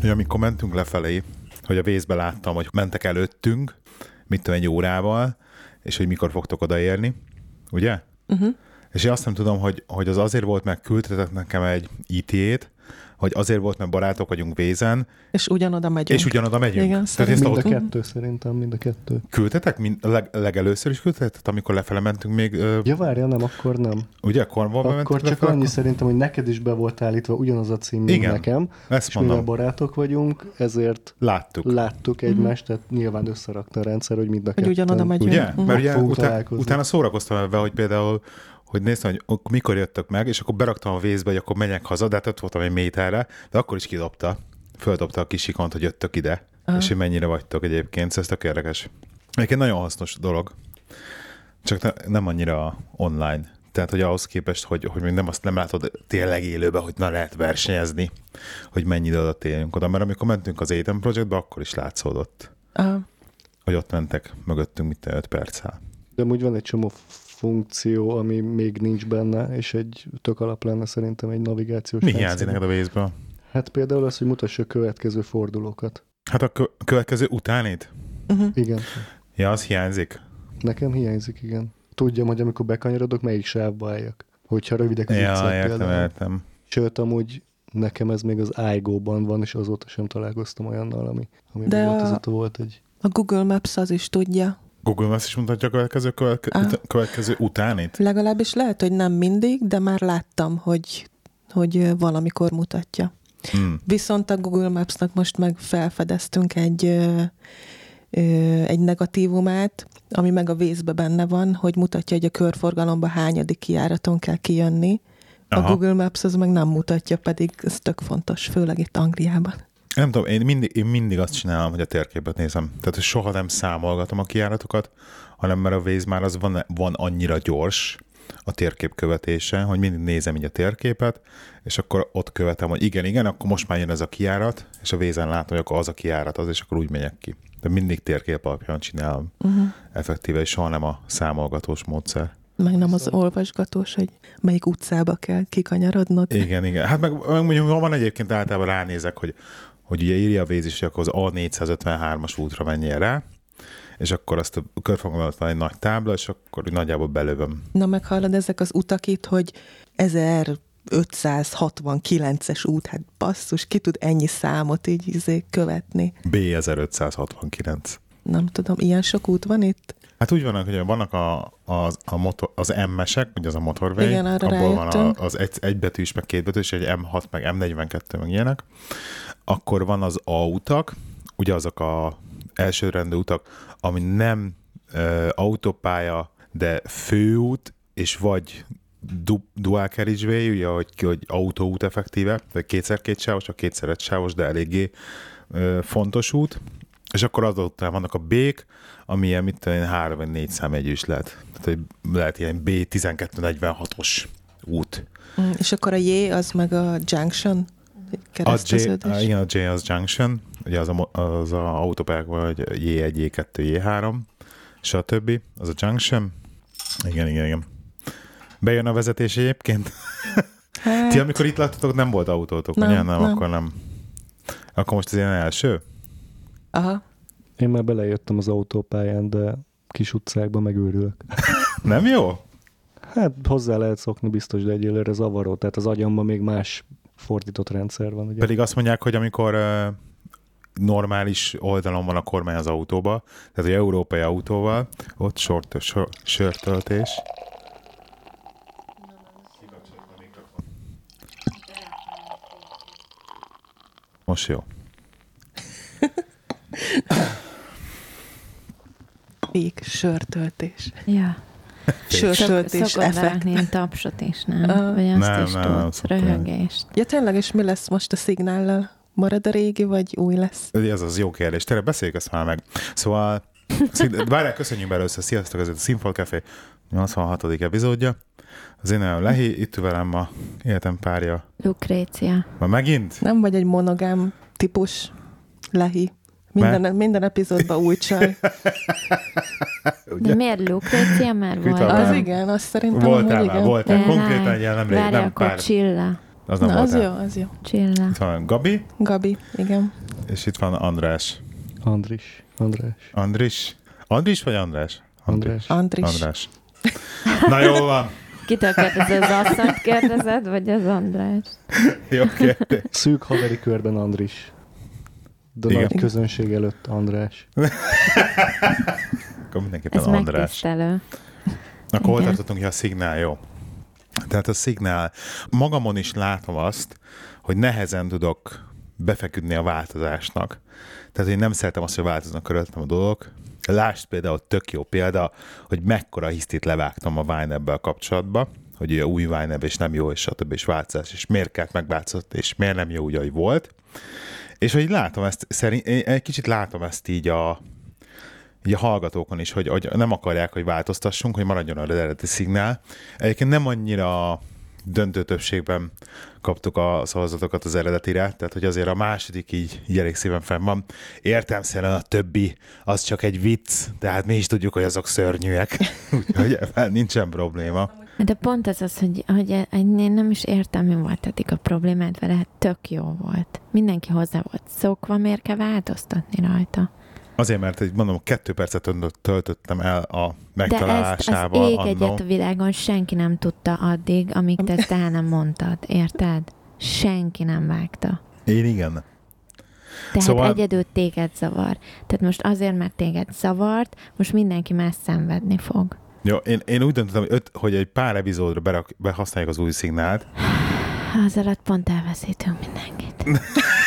hogy amikor mentünk lefelé, hogy a vészbe láttam, hogy mentek előttünk, mit tudom, egy órával, és hogy mikor fogtok odaérni, ugye? És én azt nem tudom, hogy az azért volt, mert küldtetek nekem egy ETA-t, hogy azért volt, mert barátok vagyunk Vézen. És ugyanoda megyünk. Igen, tehát mind a kettő szerintem, mind a kettő. Küldtetek? Legelőször is küldtetek, amikor lefele mentünk még? Ja, várja, nem, akkor nem. Ugye, akkor csak lefele, annyi szerintem, hogy neked is be volt állítva ugyanaz a cím, mint nekem. Ezt és mondom. mivel barátok vagyunk, ezért láttuk egymást, tehát nyilván összerakta a rendszer, hogy mind a kettő. Hogy ugyanoda megyünk. Ugye? Mert ugye utána szórakoztam ebben, hogy például hogy néztem, hogy mikor jöttök meg, és akkor beraktam a vészbe, hogy akkor menjek haza, de hát ott voltam egy méterre, de akkor is földobta a kis ikont, hogy jöttök ide, és hogy mennyire vagytok egyébként, ez tök érdekes. Egyébként nagyon hasznos dolog, csak nem annyira online. Tehát, hogy ahhoz képest, hogy még nem látod tényleg élőben, hogy na lehet versenyezni, hogy mennyi idő alatt éljünk oda, mert amikor mentünk az Eden Projectbe, akkor is látszódott, hogy ott mentek mögöttünk, mint 5 perccel. De amúgy van egy csomó funkció, ami még nincs benne, és egy tök alap lenne szerintem egy navigációs rendszer. Mi hiányzik neked a vészből? Hát például az, hogy mutassa a következő fordulókat. Hát a következő utánit? Igen. Ja, az hiányzik? Nekem hiányzik, igen. Tudjam, hogy amikor bekanyarodok, melyik sávba álljak. Hogyha rövidek az utcák például. Értem. Sőt, amúgy nekem ez még az iGo-ban van, és azóta sem találkoztam olyannal, ami volt egy... A Google Maps az is tudja. Google Maps is mutatja a következő utánit? Legalábbis lehet, hogy nem mindig, de már láttam, hogy valamikor mutatja. Viszont a Google Maps-nak most meg felfedeztünk egy negatívumát, ami meg a vészbe benne van, hogy mutatja, hogy a körforgalomba hányadik kijáraton kell kijönni. A Google Maps az meg nem mutatja, pedig ez tök fontos, főleg itt Angliában. Nem tudom, én mindig azt csinálom, hogy a térképet nézem. Tehát, hogy soha nem számolgatom a kijáratokat, hanem mert a Waze már az van annyira gyors a térkép követése, hogy mindig nézem így a térképet, és akkor ott követem, hogy igen, akkor most már jön ez a kijárat, és a Waze-en látom, hogy akkor az a kijárat az, és akkor úgy megyek ki. De mindig térkép alapján csinálom effektíve, és soha nem a számolgatós módszer. Meg nem az olvasgatós, hogy melyik utcába kell kikanyarodnod. Igen. Hát meg mondjuk van egyébként általában ránézek, hogy ugye írja a Waze is, hogy akkor az A453-as útra menjél rá, és akkor azt a körforgalmat van egy nagy tábla, és akkor nagyjából belövöm. Na meghallod, ezek az utak itt, hogy 1569-es út, hát basszus, ki tud ennyi számot így követni? B1569. Nem tudom, ilyen sok út van itt? Hát úgy vannak az M-esek, ugye az a motorway, igen, arra abból rájöttem. van az egybetűs, meg kétbetűs, egy M6, meg M42, meg ilyenek. Akkor van az A-utak, ugye azok a elsőrendű utak, ami nem autópálya, de főút, és vagy dual carriageway, ugye, hogy autóút effektíve, vagy 2x2 sávos, vagy 2x1 sávos, de eléggé fontos út. És akkor azután vannak a B-k, ami ilyen, 3 vagy 4 számjegyű is lehet. Tehát lehet ilyen B1246-os út. És akkor a J az meg a junction? Igen, a J az junction, ugye az a autópályák vagy J1, J2, J3, stb. Az a junction. Igen. Bejön a vezetés egyébként? Hát... Ti, amikor itt láttatok, nem volt autótok, ugye? Nem, akkor nem. Akkor most ez ilyen első? Aha. Én már belejöttem az autópályán, de kis utcákban megőrülök. Nem jó? Hát hozzá lehet szokni biztos, de egyelőre zavaró. Tehát az agyamban még más fordított rendszer van. Ugye? Pedig azt mondják, hogy amikor normális oldalon van a kormány az autóba, tehát egy európai autóval, ott sörtöltés. Most jó. Pék, sörtöltés. Ja. Sörtöltés Szokott effekt. vágni tapsot is, nem? Vagy azt is tudsz, röhögést. Ja, tényleg, és mi lesz most a szignállal? Marad a régi, vagy új lesz? Ez az jó kérdés. Tényleg beszéljük ezt már meg. Szóval, várjál, köszönjünk be először. Sziasztok, ez a Színfolt Café 86. epizódja. Az én nevem Lehi, itt velem a életem párja. Lukrécia. Ma megint? Nem vagy egy monogám típus, Lehi. Minden epizódban új csaj. De miért Lukrécia már volt? Az igen, azt szerintem voltál. Konkrétan egy nem várj, akkor pár. Csilla. Az nem az jó, az jó. Csilla. Itt van Gabi. Gabi, igen. És itt van András. Andris. Andris vagy András? Andris. Na jó van. Kitől kérdezed, az asszonyt kérdezed, vagy az András? Jó kérdés. Szűk haveri körben Andris. De igen. Nagy közönség előtt András. Akkor mindenképpen ez András. megtisztelő. Akkor hol tartottunk, hogy a szignál jó? Tehát a szignál, magamon is látom azt, hogy nehezen tudok befeküdni a változásnak. Tehát én nem szeretem azt, hogy változnak körülöttem a dolgok. Lásd például tök jó példa, hogy mekkora hisztit levágtam a YNAB-bel kapcsolatban, hogy ugye új YNAB és nem jó, és stb. És változás, és miért kellett megváltozott, és miért nem jó úgy, ahogy volt. És hogy látom ezt, egy kicsit látom ezt így a hallgatókon is, hogy nem akarják, hogy változtassunk, hogy maradjon az eredeti szignál. Egyébként nem annyira döntő többségben kaptuk a szavazatokat az eredetire, tehát hogy azért a második így elég szépen fenn van. Értelemszerűen a többi, az csak egy vicc, tehát mi is tudjuk, hogy azok szörnyűek. Úgyhogy nincsen probléma. De pont az, hogy én nem is értem, mi volt eddig a problémát vele, hát tök jó volt. Mindenki hozzá volt szokva, miért kell változtatni rajta? Azért, mert mondom, 2 percet töltöttem el a megtalálásával. De ezt az ég egyet a világon senki nem tudta addig, amíg te ezt el nem mondtad, érted? Senki nem vágta. Én igen. Tehát szóval... egyedül téged zavar. Tehát most azért, mert téged zavart, most mindenki más szenvedni fog. Jó, én úgy döntöttem, hogy egy pár epizódra behasználjuk az új szignált. Az alatt pont elveszítünk mindenkit.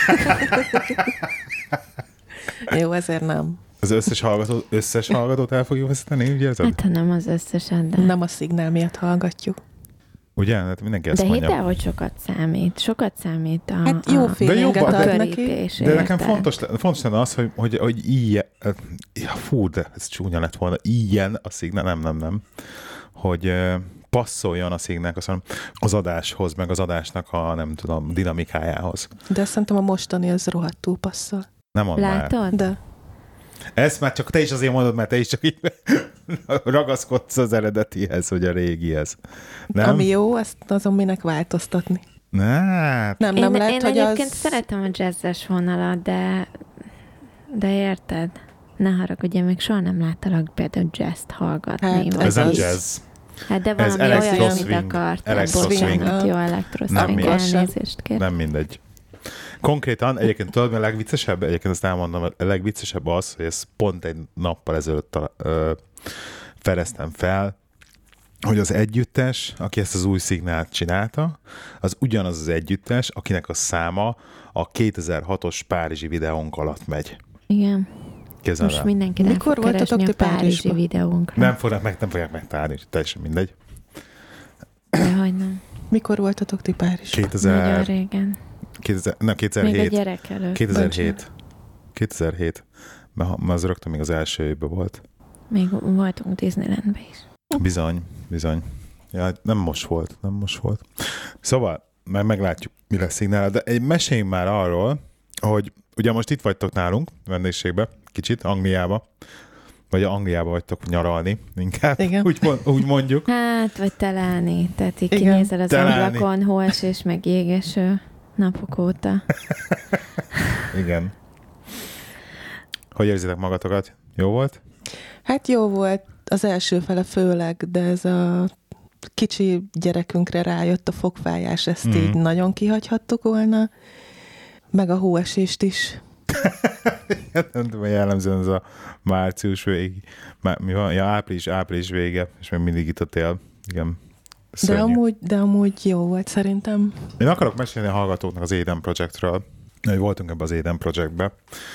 Jó, ezért nem. Az összes hallgatót el fogjuk veszíteni, ugye? Hát, ha nem az összesen, de... Nem a szignál miatt hallgatjuk. Ugye? Hát mindenki ezt de mondja. De hidd el, hogy sokat számít. Sokat számít a... Hát jó feelinget ad neki. De nekem fontos lenne az, hogy ilyen... Fú, de ez csúnya lett volna. Ilyen a szignál, nem. Hogy passzoljon a szignál az adáshoz, meg az adásnak a, nem tudom, dinamikájához. De szerintem a mostani az rohadtul passzol. Nem mondd már. Látod? De. Ezt már csak te is azért mondod, mert te is csak így ragaszkodsz az eredetihez, vagy a régihez. Nem? Ami jó, azt azon minek változtatni. Nem lehet, én hogy egyébként szeretem a jazzes vonalat, de érted? Ne haragudj, én még soha nem láttalak például jazzt hallgatni. Hát, ez nem jazz. Hát de valami olyan, amit akartál. Bocsánat, jó elektroszwing, elnézést kér. Nem mindegy. Konkrétan, egyébként tudod, a legviccesebb, egyébként azt elmondom, a legviccesebb az, hogy ezt pont egy nappal ezelőtt fedeztem fel, hogy az együttes, aki ezt az új szignált csinálta, az ugyanaz az együttes, akinek a száma a 2006-os párizsi videónk alatt megy. Igen. Kézzel most mindenki nem fog keresni a párizsi videónkra. Nem fogják megtalálni, teljesen mindegy. Dehogy nem. Mikor voltatok ti Párizsban? Nagyon régen. 2007. Még a gyerek előtt. 2007. Mert az rögtön még az első évben volt. Még voltunk Disneylandben is. Bizony. Ja, nem most volt. Szóval, már meglátjuk, mi lesz szignál. De meséljünk már arról, hogy ugye most itt vagytok nálunk, vendégségbe, kicsit, Angliába. Vagy Angliába vagytok nyaralni, inkább. Igen. Úgy mondjuk. Hát, vagy találni. Tehát így kinézel az ablakon, hóesés, meg jégeső napok óta. Igen. Hogy érzitek magatokat? Jó volt? Hát jó volt az első fele főleg, de ez a kicsi gyerekünkre rájött a fogfájás, ezt így nagyon kihagyhattuk volna, meg a hóesést is. Nem tudom, jellemzően ez a március végig. Mi van? Ja, április vége, és még mindig itt a tél. Igen. De amúgy jó volt szerintem. Én akarok mesélni a hallgatóknak az Eden Projectről. Voltunk ebbe az Eden Projectbe,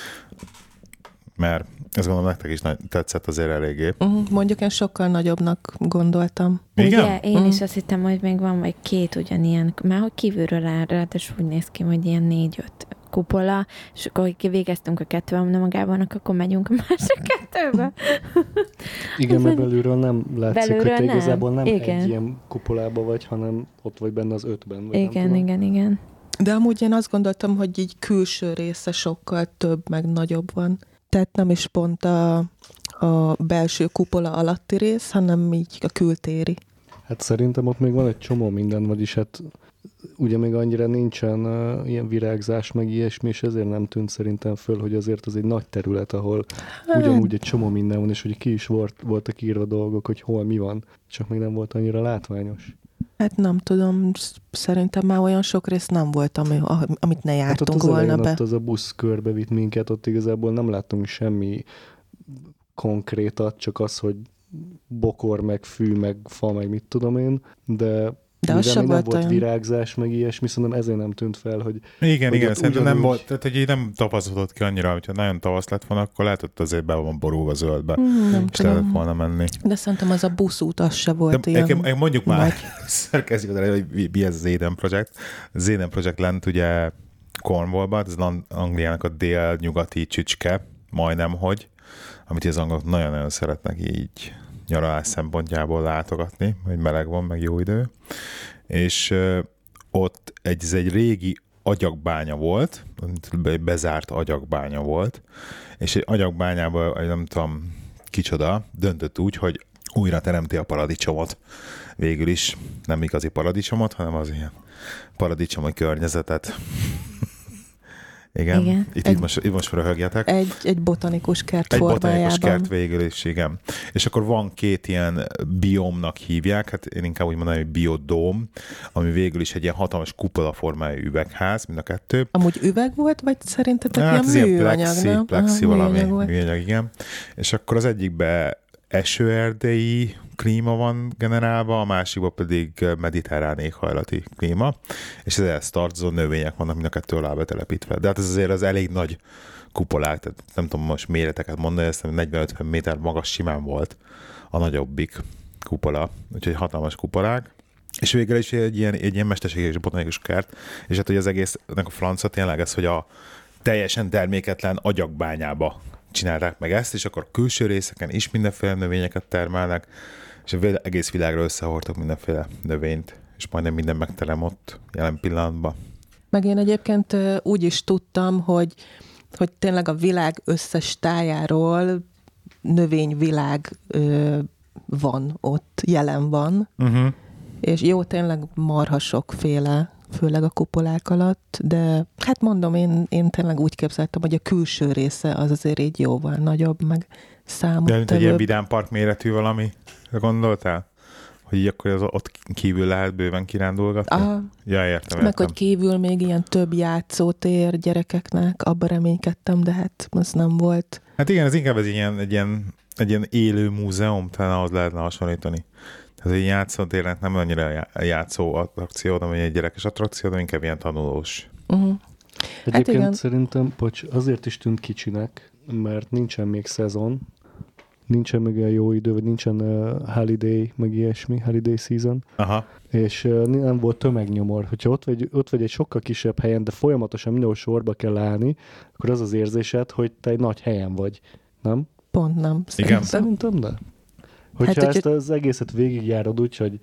mert ezt gondolom nektek is tetszett azért eléggé. Mondjuk én sokkal nagyobbnak gondoltam. Igen? Ugye, én is azt hittem, hogy még van vagy 2 ugyanilyen, már hogy kívülről áll rá, és úgy néz ki, hogy ilyen 4-5 kupola, és akkor végeztünk a 2 magában, akkor megyünk a másik 2-be. Igen, mert belülről nem látszik, belülről hogy te igazából nem igen. egy ilyen kupolába vagy, hanem ott vagy benne az 5-ben. Vagy Igen. De amúgy én azt gondoltam, hogy így külső része sokkal több, meg nagyobb van. Tehát nem is pont a belső kupola alatti rész, hanem így a kültéri. Hát szerintem ott még van egy csomó minden, vagyis hát ugye még annyira nincsen ilyen virágzás, meg ilyesmi, és ezért nem tűnt szerintem föl, hogy azért az egy nagy terület, ahol ugyanúgy egy csomó minden van, és hogy ki is voltak írva dolgok, hogy hol mi van, csak még nem volt annyira látványos. Hát nem tudom, szerintem már olyan sok rész nem volt, amit ne jártunk hát volna be. Ott az a busz körbe vitt minket, ott igazából nem láttunk semmi konkrétat, csak az, hogy bokor, meg fű, meg fa, meg mit tudom én, de az sem nem volt virágzás, meg ilyesmi, szerintem ezért nem tűnt fel, hogy... Igen, szerintem nem volt, tehát hogy nem tapasztalott ki annyira, hogyha nagyon tavasz lett volna, akkor lehet, hogy azért be van borulva zöldbe, és lehetett volna menni. De szerintem az a buszút, az se volt ilyen mondjuk már, kezdjük el, hogy mi ez az Eden Project. Az Eden Project lent ugye Cornwallban, ez Angliának a dél-nyugati csücske, majdnem hogy, amit az angolok nagyon-nagyon szeretnek így nyaralás szempontjából látogatni, hogy meleg van, meg jó idő. És ott ez egy régi agyagbánya volt, bezárt agyagbánya volt, és egy agyagbányában, nem tudom kicsoda, döntött úgy, hogy újra teremti a paradicsomot. Végül is nem igazi paradicsomot, hanem az ilyen paradicsomi környezetet. Igen. Itt most röhögjetek. Egy botanikus kert formájában. Egy botanikus kert végül is, igen. És akkor van két ilyen biomnak hívják, hát én inkább úgy mondanám, hogy biodóm, ami végül is egy ilyen hatalmas kupola formájú üvegház, mind a kettő. Amúgy üveg volt, vagy szerintetek ilyen műanyag, nem? Plexi valami műanyag, igen. És akkor az egyikbe esőerdei klíma van generálva, a másikban pedig mediterrán éghajlati klíma, és ezzel tartozó növények vannak mind a kettő alá betelepítve. De hát ez azért az elég nagy kupolák, tehát nem tudom most méreteket mondani, ezt 40-50 méter magas simán volt a nagyobbik kupola, úgyhogy hatalmas kupolák. És végül is egy ilyen mesterséges botanikus kert, és hát hogy az egésznek a franca tényleg ez, hogy a teljesen terméketlen agyagbányába csinálták meg ezt, és akkor külső részeken is mindenféle növényeket termelnek, és egész világra összehordtak mindenféle növényt, és majdnem minden megterem ott jelen pillanatban. Meg én egyébként úgy is tudtam, hogy tényleg a világ összes tájáról növényvilág van ott, jelen van, és jó, tényleg marha sokféle, főleg a kupolák alatt, de hát mondom, én tényleg úgy képzeltem, hogy a külső része az azért így jóval nagyobb, meg számottevőbb. De egy ilyen vidámpark méretű valami, gondoltál? Hogy így akkor ott kívül lehet bőven kirándulgatni? Ja, értem. Meg hogy kívül még ilyen több játszótér gyerekeknek, abba reménykedtem, de hát az nem volt. Hát igen, ez inkább egy ilyen élő múzeum, talán ahhoz lehetne hasonlítani. Ez egy játszótérnek nem annyira játszó attrakció, hanem egy gyerekes attrakció, de inkább ilyen tanulós. Egyébként hát szerintem, azért is tűnt kicsinek, mert nincsen még szezon, nincsen még olyan jó idő, vagy nincsen holiday, meg ilyesmi, holiday season. Aha. És nem volt tömegnyomor. Hogyha ott vagy egy sokkal kisebb helyen, de folyamatosan mindenhol sorba kell állni, akkor az az érzésed, hogy te egy nagy helyen vagy, nem? Pont nem. Igen. Szerintem de. Hogyha ezt az egészet végigjárod úgy, hogy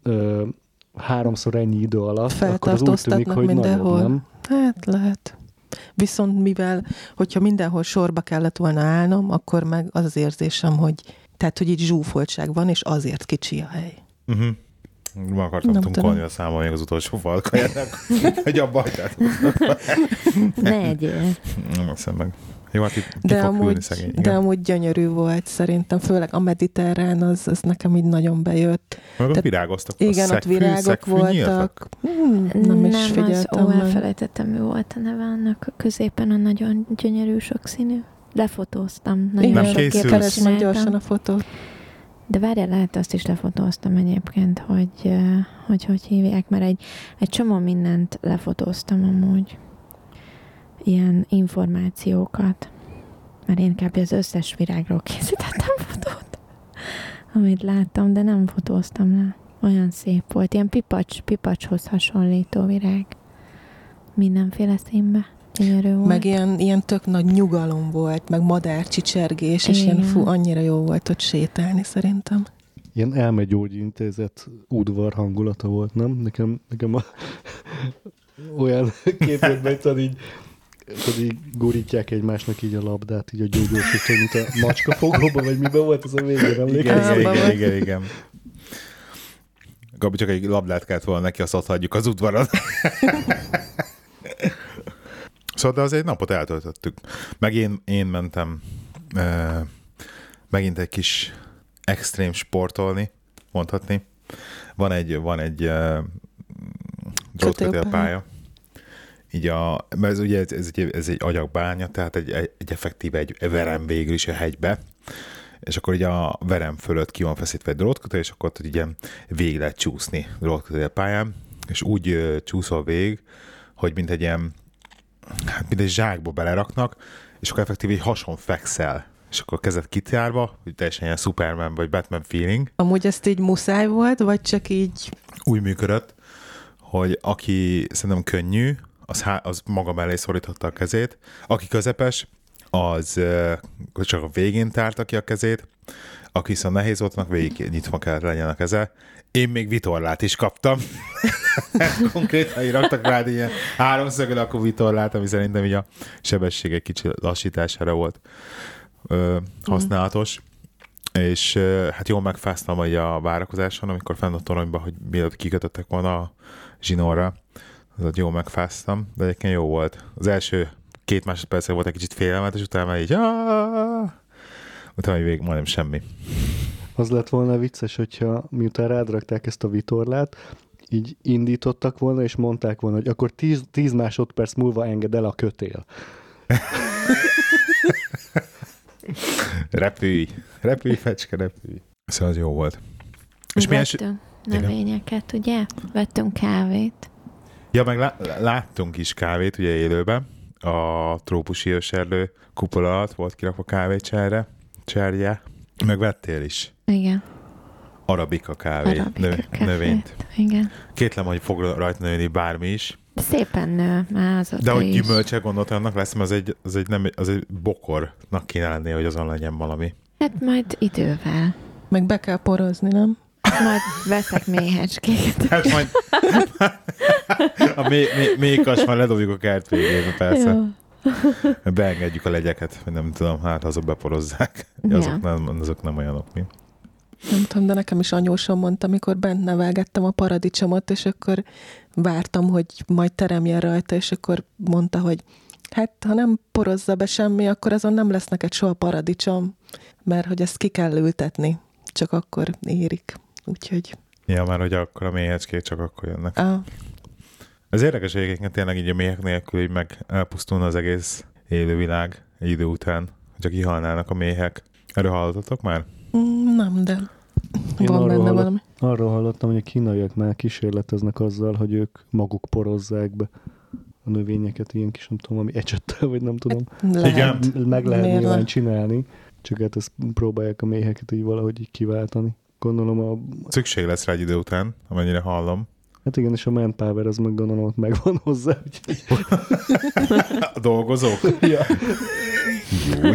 3-szor ennyi idő alatt, akkor az úgy tűnik, hogy nagyobb, nem? Hát lehet. Viszont mivel, hogyha mindenhol sorba kellett volna állnom, akkor meg az érzésem, hogy így zsúfoltság van, és azért kicsi a hely. Ma akartam tunkolni a számon még az utolsó falkajának, hogy abba hagytát. Ne egyél. Nem hiszem meg. Jó, hát itt ki fog hűlni szegény. De amúgy gyönyörű volt szerintem, főleg a mediterrán, az nekem így nagyon bejött. Meg ott virágoztak. Igen, ott virágok voltak. Nem is figyeltem meg. Elfelejtettem, mi volt a neve annak, középen a nagyon gyönyörű sokszínű. Lefotóztam. Nem készülsz? Keresd meg gyorsan a fotót. De várjál, lehet azt is lefotóztam egyébként, hogy hívják, mert egy csomó mindent lefotóztam amúgy. Ilyen információkat. Mert én kb. Az összes virágról készítettem fotót, amit láttam, de nem fotóztam le. Olyan szép volt. Ilyen pipacshoz hasonlító virág. Mindenféle színbe. Gyönyörű volt. Meg ilyen tök nagy nyugalom volt, meg madárcsicsergés, és ilyen annyira jó volt ott sétálni szerintem. Ilyen elmegyógyintézet udvar hangulata volt, nem? Nekem olyan képet meg így gurítják egymásnak így a labdát, így a gyógyósító, mint a macska fogóban, vagy miben volt ez a végén, emlékezni? Igen. Gabi csak egy labdát kellett volna neki, azt ott hagyjuk az udvaron. Szóval de azért napot eltöltöttük. Meg én mentem megint egy kis extrém sportolni, mondhatni. Van egy drótkötélpálya. Így mert ez ugye ez egy agyagbánya, tehát egy effektíve egy verem végül is a hegybe, és akkor ugye a verem fölött ki van feszítve egy drótkötél, és akkor ott ugye végig lehet csúszni drótkötélpályán, és úgy csúszol végig, hogy mint egy ilyen, mint egy zsákba beleraknak, és akkor effektíve egy hason fekszel, és akkor kezed kitárva, hogy teljesen ilyen Superman vagy Batman feeling. Amúgy ezt így muszáj volt, vagy csak így? Úgy működött, hogy aki szerintem könnyű, az maga mellé szoríthatta a kezét. Aki közepes, az csak a végén tárta ki a kezét. Aki viszont nehéz voltnak, végig nyitva kellett legyen a keze. Én még vitorlát is kaptam. Konkrétan így raktak rád ilyen háromszögön, akkor vitorlát, ami szerintem így a sebesség egy kicsi lassítására volt használatos. És hát jól megfáztam így a várakozáson, amikor fenn a toronyban, hogy mielőtt kikötöttek volna a zsinórra. Az jól megfáztam, de egyébként jó volt. Az első 2 másodpercen volt egy kicsit félelmetes, utána így utána végig majdnem semmi. Az lett volna vicces, hogyha miután rád rakták ezt a vitorlát, így indítottak volna, és mondták volna, hogy akkor 10 másodperc múlva enged el a kötél. Repülj, fecske, repülj. Szóval az jó volt. És vettünk növényeket, ugye? Vettünk kávét. Ja, meg láttunk is kávét, ugye élőben. A trópusi őserdő kupola alatt volt kirakva kávécserje. Meg vettél is. Igen. Arabika kávé. Növényt. Igen. Kétlem, hogy fog rajta nőni bármi is. Szépen nő, már azóta. De hogy gyümölcsel gondolt annak lesz, mert az egy bokornak kéne lenni, hogy azon legyen valami. Hát majd idővel. Meg be kell porozni, nem? Majd veszek méhecskéket. Hát majd a mékas majd ledobjuk a kert végén, persze. Jó. Beengedjük a legyeket, nem tudom, hát azok beporozzák. Ja. Azok nem olyanok, mi? Nem tudom, de nekem is anyósom mondta, amikor bent nevelgettem a paradicsomot, és akkor vártam, hogy majd teremjen rajta, és akkor mondta, hogy hát, ha nem porozza be semmi, akkor azon nem lesz neked soha paradicsom, mert hogy ezt ki kell ültetni, csak akkor érik. Úgyhogy... Ja, már hogy akkor a méhecskék csak akkor jönnek. Ez érdekes egyébként tényleg így a méhek nélkül, hogy meg elpusztulna az egész élővilág egy idő után, hogy kihalnának a méhek. Erről hallottatok már? Nem, de van benne valami. Arról hallottam, hogy a kínaiak már kísérleteznek azzal, hogy ők maguk porozzák be a növényeket, ilyen kis, nem tudom, ami ecsettel, vagy nem tudom. Igen. Meg lehet nyilván csinálni, csak hát ezt próbálják a méheket így valahogy így kiváltani. Gondolom szükség lesz rá egy idő után, amennyire hallom. Hát igen, és a manpower az meg gondolom, ott megvan hozzá. Úgyhogy... A dolgozók? Ja. Jó.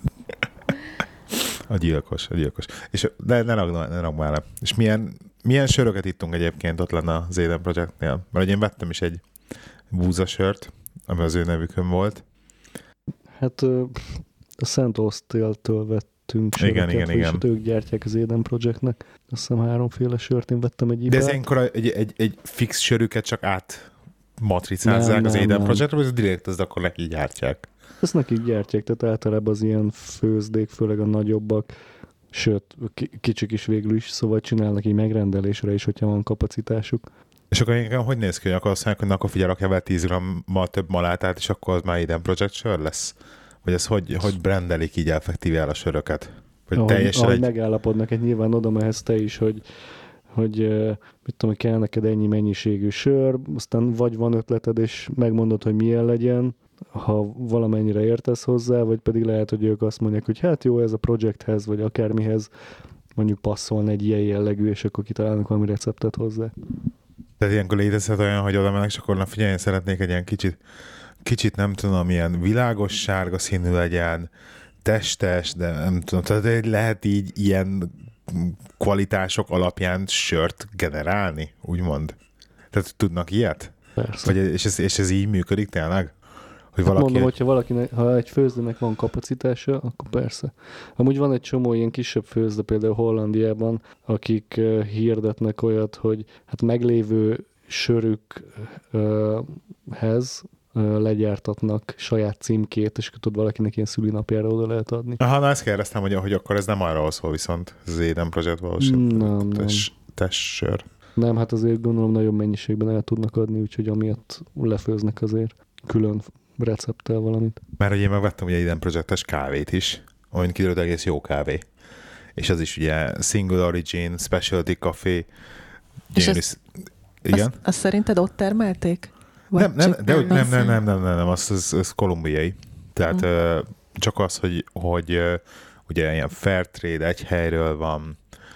A gyilkos. De ne ragd már le. És milyen söröket ittunk egyébként ott lenne az Eden Projectnél? Mert én vettem is egy búzasört, ami az ő nevükön volt. Hát a Szent Osztéltől vettünk söröket, igen. Ők gyártják az Eden Projectnek. Azt hiszem 3 sört, én vettem egy ibát. De ez ilyenkor egy fix sörüket csak átmatricázzák az Eden Projectre, vagy ez direkt az akkor neki gyártják? Ezt nekik gyártják, tehát általában az ilyen főzdék, főleg a nagyobbak, sőt, kicsik is végül is, szóval csinálnak így megrendelésre is, hogyha van kapacitásuk. És akkor hogy néz ki, hogy akkor azt mondják, hogy akkor figyelj, rakjál vele 10 grammal több malátát, és akkor az már Eden Project sör lesz? Vagy ez hogy brandelik így effektíve el a söröket? Vagy ahogy megállapodnak, hát nyilván oda mehetsz te is, hogy mit tudom, kell neked ennyi mennyiségű sör, aztán vagy van ötleted, és megmondod, hogy milyen legyen, ha valamennyire értesz hozzá, vagy pedig lehet, hogy ők azt mondják, hogy hát jó, ez a projekthez, vagy akármihez mondjuk passzolna egy ilyen jellegű, és akkor kitalálnak valami receptet hozzá. Tehát ilyenkor létezhet olyan, hogy oda mennek, és akkor figyelj, én szeretnék egy ilyen kicsit nem tudom, ilyen világos sárga színű legyen, testes, de nem tudom, tehát lehet így ilyen kvalitások alapján sört generálni, úgymond? Tehát tudnak ilyet? Persze. És ez így működik tényleg? hogy valaki... Mondom, hogyha valakinek, ha egy főzdének van kapacitása, akkor persze. Amúgy van egy csomó ilyen kisebb főzde, például Hollandiában, akik hirdetnek olyat, hogy hát meglévő sörükhez legyártatnak saját címkét, és tudod, valakinek ilyen szülinapjára oda lehet adni. Aha, na ezt kérdeztem, hogy akkor ez nem arról szól viszont, az Eden Project valószínűleg. Nem. Testsör. Nem, hát azért gondolom nagyobb mennyiségben el tudnak adni, úgyhogy amiatt lefőznek azért külön recepttel valamit. Mert ugye én megvettem ugye Eden Project-es kávét is, olyan kiderült egész jó kávé. És az is ugye Single Origin, Specialty Coffee. És igen? Azt szerinted ott termelték? Nem, az kolumbiai. Tehát csak az, hogy ugye ilyen fair trade, egy helyről van,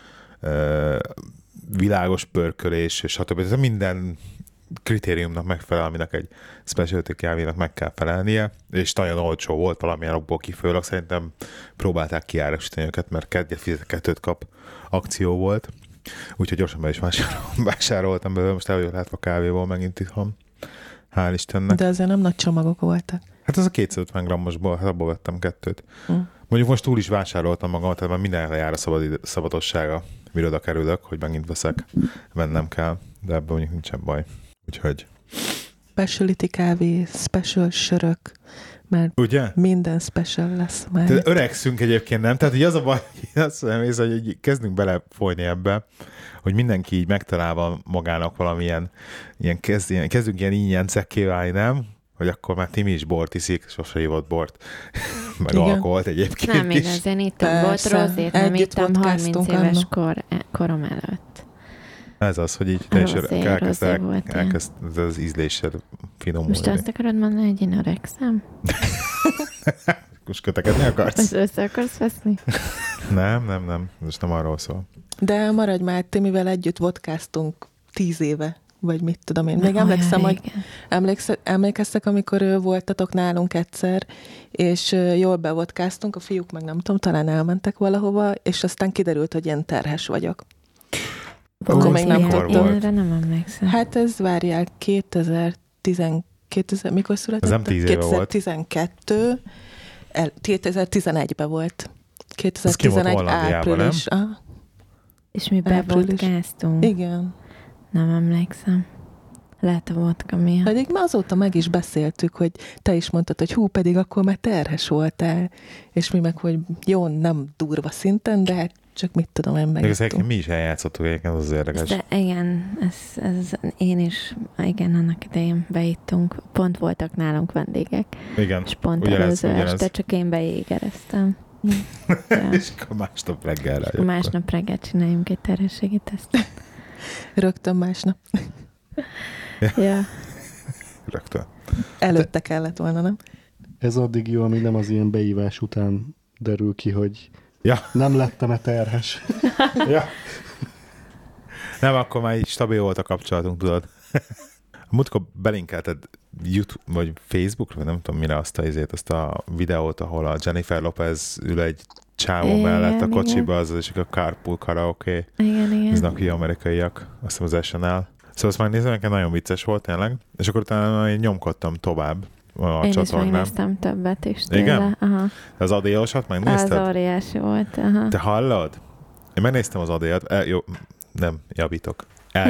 világos pörkölés, és stb. Ez minden kritériumnak megfelel, aminek egy specialty kávénak meg kell felelnie, és nagyon olcsó volt valamilyen okból kifolyólag. Szerintem próbálták kiárasítani őket, mert kettőt kap akció volt. Úgyhogy gyorsan be is vásároltam belőle, most el vagyok látva kávéból megint itthon. Hál' Istennek. De azért nem nagy csomagok voltak. Hát az a 250 grammosból, hát abból vettem 2. Mondjuk most túl is vásároltam magam, tehát már mindenre jár a szabadossága, mire oda kerülök, hogy megint veszek, vennem kell, de ebben mondjuk nincsen baj. Úgyhogy... Specialty kávé, special sörök, mert ugye? Minden special lesz már. Tehát öregszünk egyébként, nem? Tehát így az a baj, azt hiszem, hogy kezdünk belefolyni ebbe, hogy mindenki így megtalálva magának valamilyen, kezdünk ilyen ingyencekké válni, nem? Hogy akkor már Timi is bort iszik, sose hívott bort, meg alkoholt egyébként nem, is. Nem igaz, én ittam volt rozét, nem ittam 30 éves korom előtt. Ez az, hogy így te is elkezdted az ízléssel finomulni. Most azt akarod mondani, hogy én öregszem? Most kötekedni akarsz? Ezt össze akarsz veszni? Nem. Most nem arról szól. De maradj már, Timivel együtt vodkáztunk 10 éve, vagy mit tudom én. Még emlékszem, hogy emlékeztek, amikor voltatok nálunk egyszer, és jól bevodkáztunk, a fiúk meg nem tudom, talán elmentek valahova, és aztán kiderült, hogy én terhes vagyok. Akkor még nem tudtam. Én erre nem emlékszem. Hát ez várjál, 2012, mikor született? Ez nem 10 éve 2012, 2011-ben volt. 2011 április. És mi bevodkáztunk. Igen. Nem emlékszem. Lehet a vodka miatt. Pedig ma azóta meg is beszéltük, hogy te is mondtad, hogy hú, pedig akkor már terhes voltál. És mi meg, hogy jó, nem durva szinten, de hát csak mit tudom, én megittunk. Mi is eljátszottuk, egyébként az érdekes. De igen, ez én is, igen, annak idején beittunk. Pont voltak nálunk vendégek. Igen. És pont előző este, csak én beégereztem. Ja. És akkor másnap reggel rájöttem. Másnap reggel csináljunk egy terhességi tesztet. Rögtön másnap. Ja. Rögtön. Előtte kellett volna, nem? Ez addig jó, amíg nem az ilyen beívás után derül ki, hogy nem lettem-e terhes. Ja. Nem, akkor már így stabil volt a kapcsolatunk, tudod. A múltkor belinkelted YouTube, vagy Facebookra, nem tudom mire azt a videót, ahol a Jennifer Lopez ül egy csávó mellett a kocsiba, az is a Carpool Karaoke. Igen. Eznek ki amerikaiak, azt hiszem az SNL. Szóval azt már nézem, nekem nagyon vicces volt tényleg, és akkor utána én nyomkodtam tovább a én csatornán. Én is megnéztem többet is tőle. Igen? Aha. Az Adélosat megnézted? Az óriási volt. Aha. Te hallod? Én megnéztem az Adélt. Jó, nem, javítok.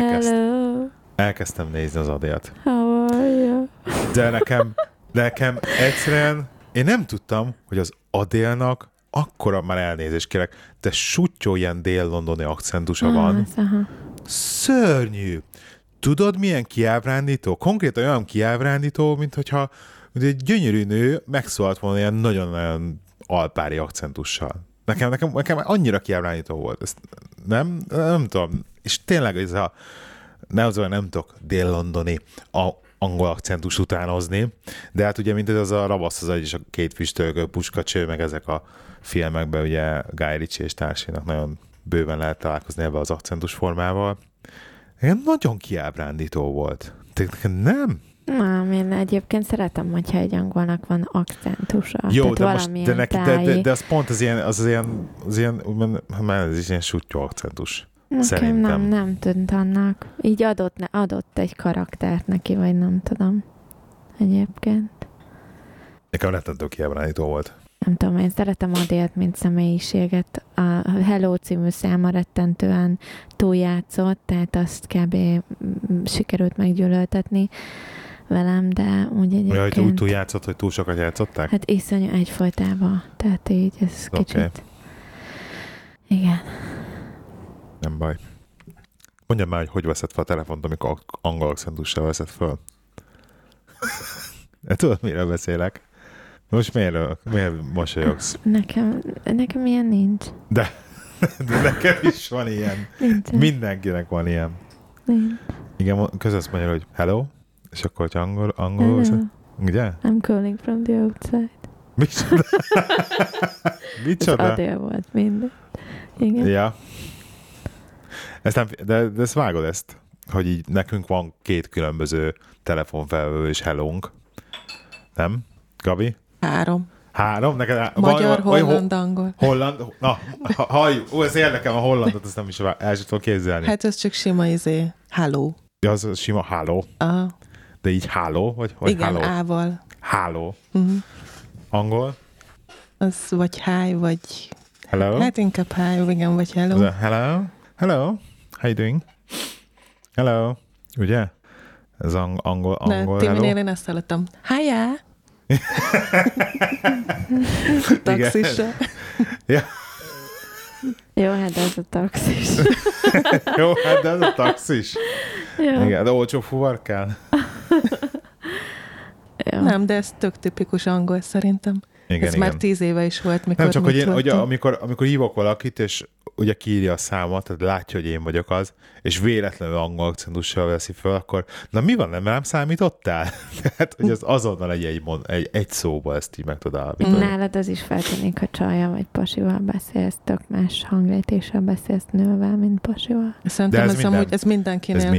Elkezdtem nézni az Adélt. How are you? De nekem egyszerűen én nem tudtam, hogy az Adélnak akkora, már elnézést kérek, de suttyó ilyen dél-londoni akcentusa van. Szörnyű. Tudod, milyen kiábrándító? Konkrétan olyan kiábrándító, mint egy gyönyörű nő megszólalt volna ilyen nagyon-nagyon alpári akcentussal. Nekem annyira kiábrándító volt. Ezt nem tudom. És tényleg ez nem tudok dél-londoni angol akcentus utánozni, de hát ugye mint ez a Rabasz az és a két füstölgő puskacső, meg ezek a filmekben ugye Guy Ritchie és társének nagyon bőven lehet találkozni ebben az akcentus formával. Nekem nagyon kiábrándító volt. Nem? Nem, én egyébként szeretem, hogyha egy angolnak van akcentusa. Jó, de az pont az ilyen már ez is ilyen suttyó akcentus. Szerintem. Nem tűnt annak. Így adott egy karaktert neki, vagy nem tudom. Egyébként. Nekem rettentő kiábránító volt. Nem tudom, én szeretem Adélt, mint személyiséget. A Hello című száma rettentően túljátszott, tehát azt kb. Sikerült meggyűlöltetni velem, de úgy egyébként... Ja, hogy úgy túljátszott, hogy túl sokat játszották? Hát iszonyú egyfolytában, tehát így ez kicsit... Okay. Igen. Nem baj. Mondjam már, hogy veszed fel a telefont, amikor angol akcentussal veszed fel. Tudod, miről beszélek? Most miért mosolyogsz? Nekem ilyen nincs. De nekem is van ilyen. Nincs. Mindenkinek van ilyen. Nincs. Igen, közös magyarul, hogy hello, és akkor, hogy angol ugye? I'm calling from the outside. Micsoda? Micsoda? Ez Adél volt mindegy. Igen. Ja. Ezt nem, de ezt vágod ezt, hogy így nekünk van 2 különböző telefonfelvevő és hellónk. Nem? Gabi? 3. 3? Neked magyar, holland, angol. Holland? Na, halljuk. Ez érdekel a hollandot, azt nem is el sem tudom képzelni. Hát ez csak sima hello. Ja, az sima hello. Aha. De így hello? Vagy igen, hello? A-val. Hello. Uh-huh. Angol? Az vagy hi, vagy... Hello? Hát inkább hi, igen, vagy hello. Hello? Hello? How you doing? Hello? Ugye? Ez angol hello? Timinél én ezt hallottam. Hiya! Taxisra. Ja. Jó, hát ez a taxis. Jó, hát ez a taxis. Ja. Igen, de olcsó fuvarkál. Ja. Nem, de ez tök tipikus angol szerintem. Igen, ez igen. már 10 éve is volt, mikor nem csak, hogy amikor hívok valakit, és ugye kiírja a számot, tehát látja, hogy én vagyok az, és véletlenül angol akcentussal veszi fel, akkor na mi van, nem számítottál? Tehát, hogy az azonnal egy szóba ezt így meg tudod állapítani. Nálad az is feltűnik, ha csajjal vagy pasival beszélsz, tök más hanglejtéssel beszélsz nővel, mint pasival. Szerintem ez mindenkinél. Ez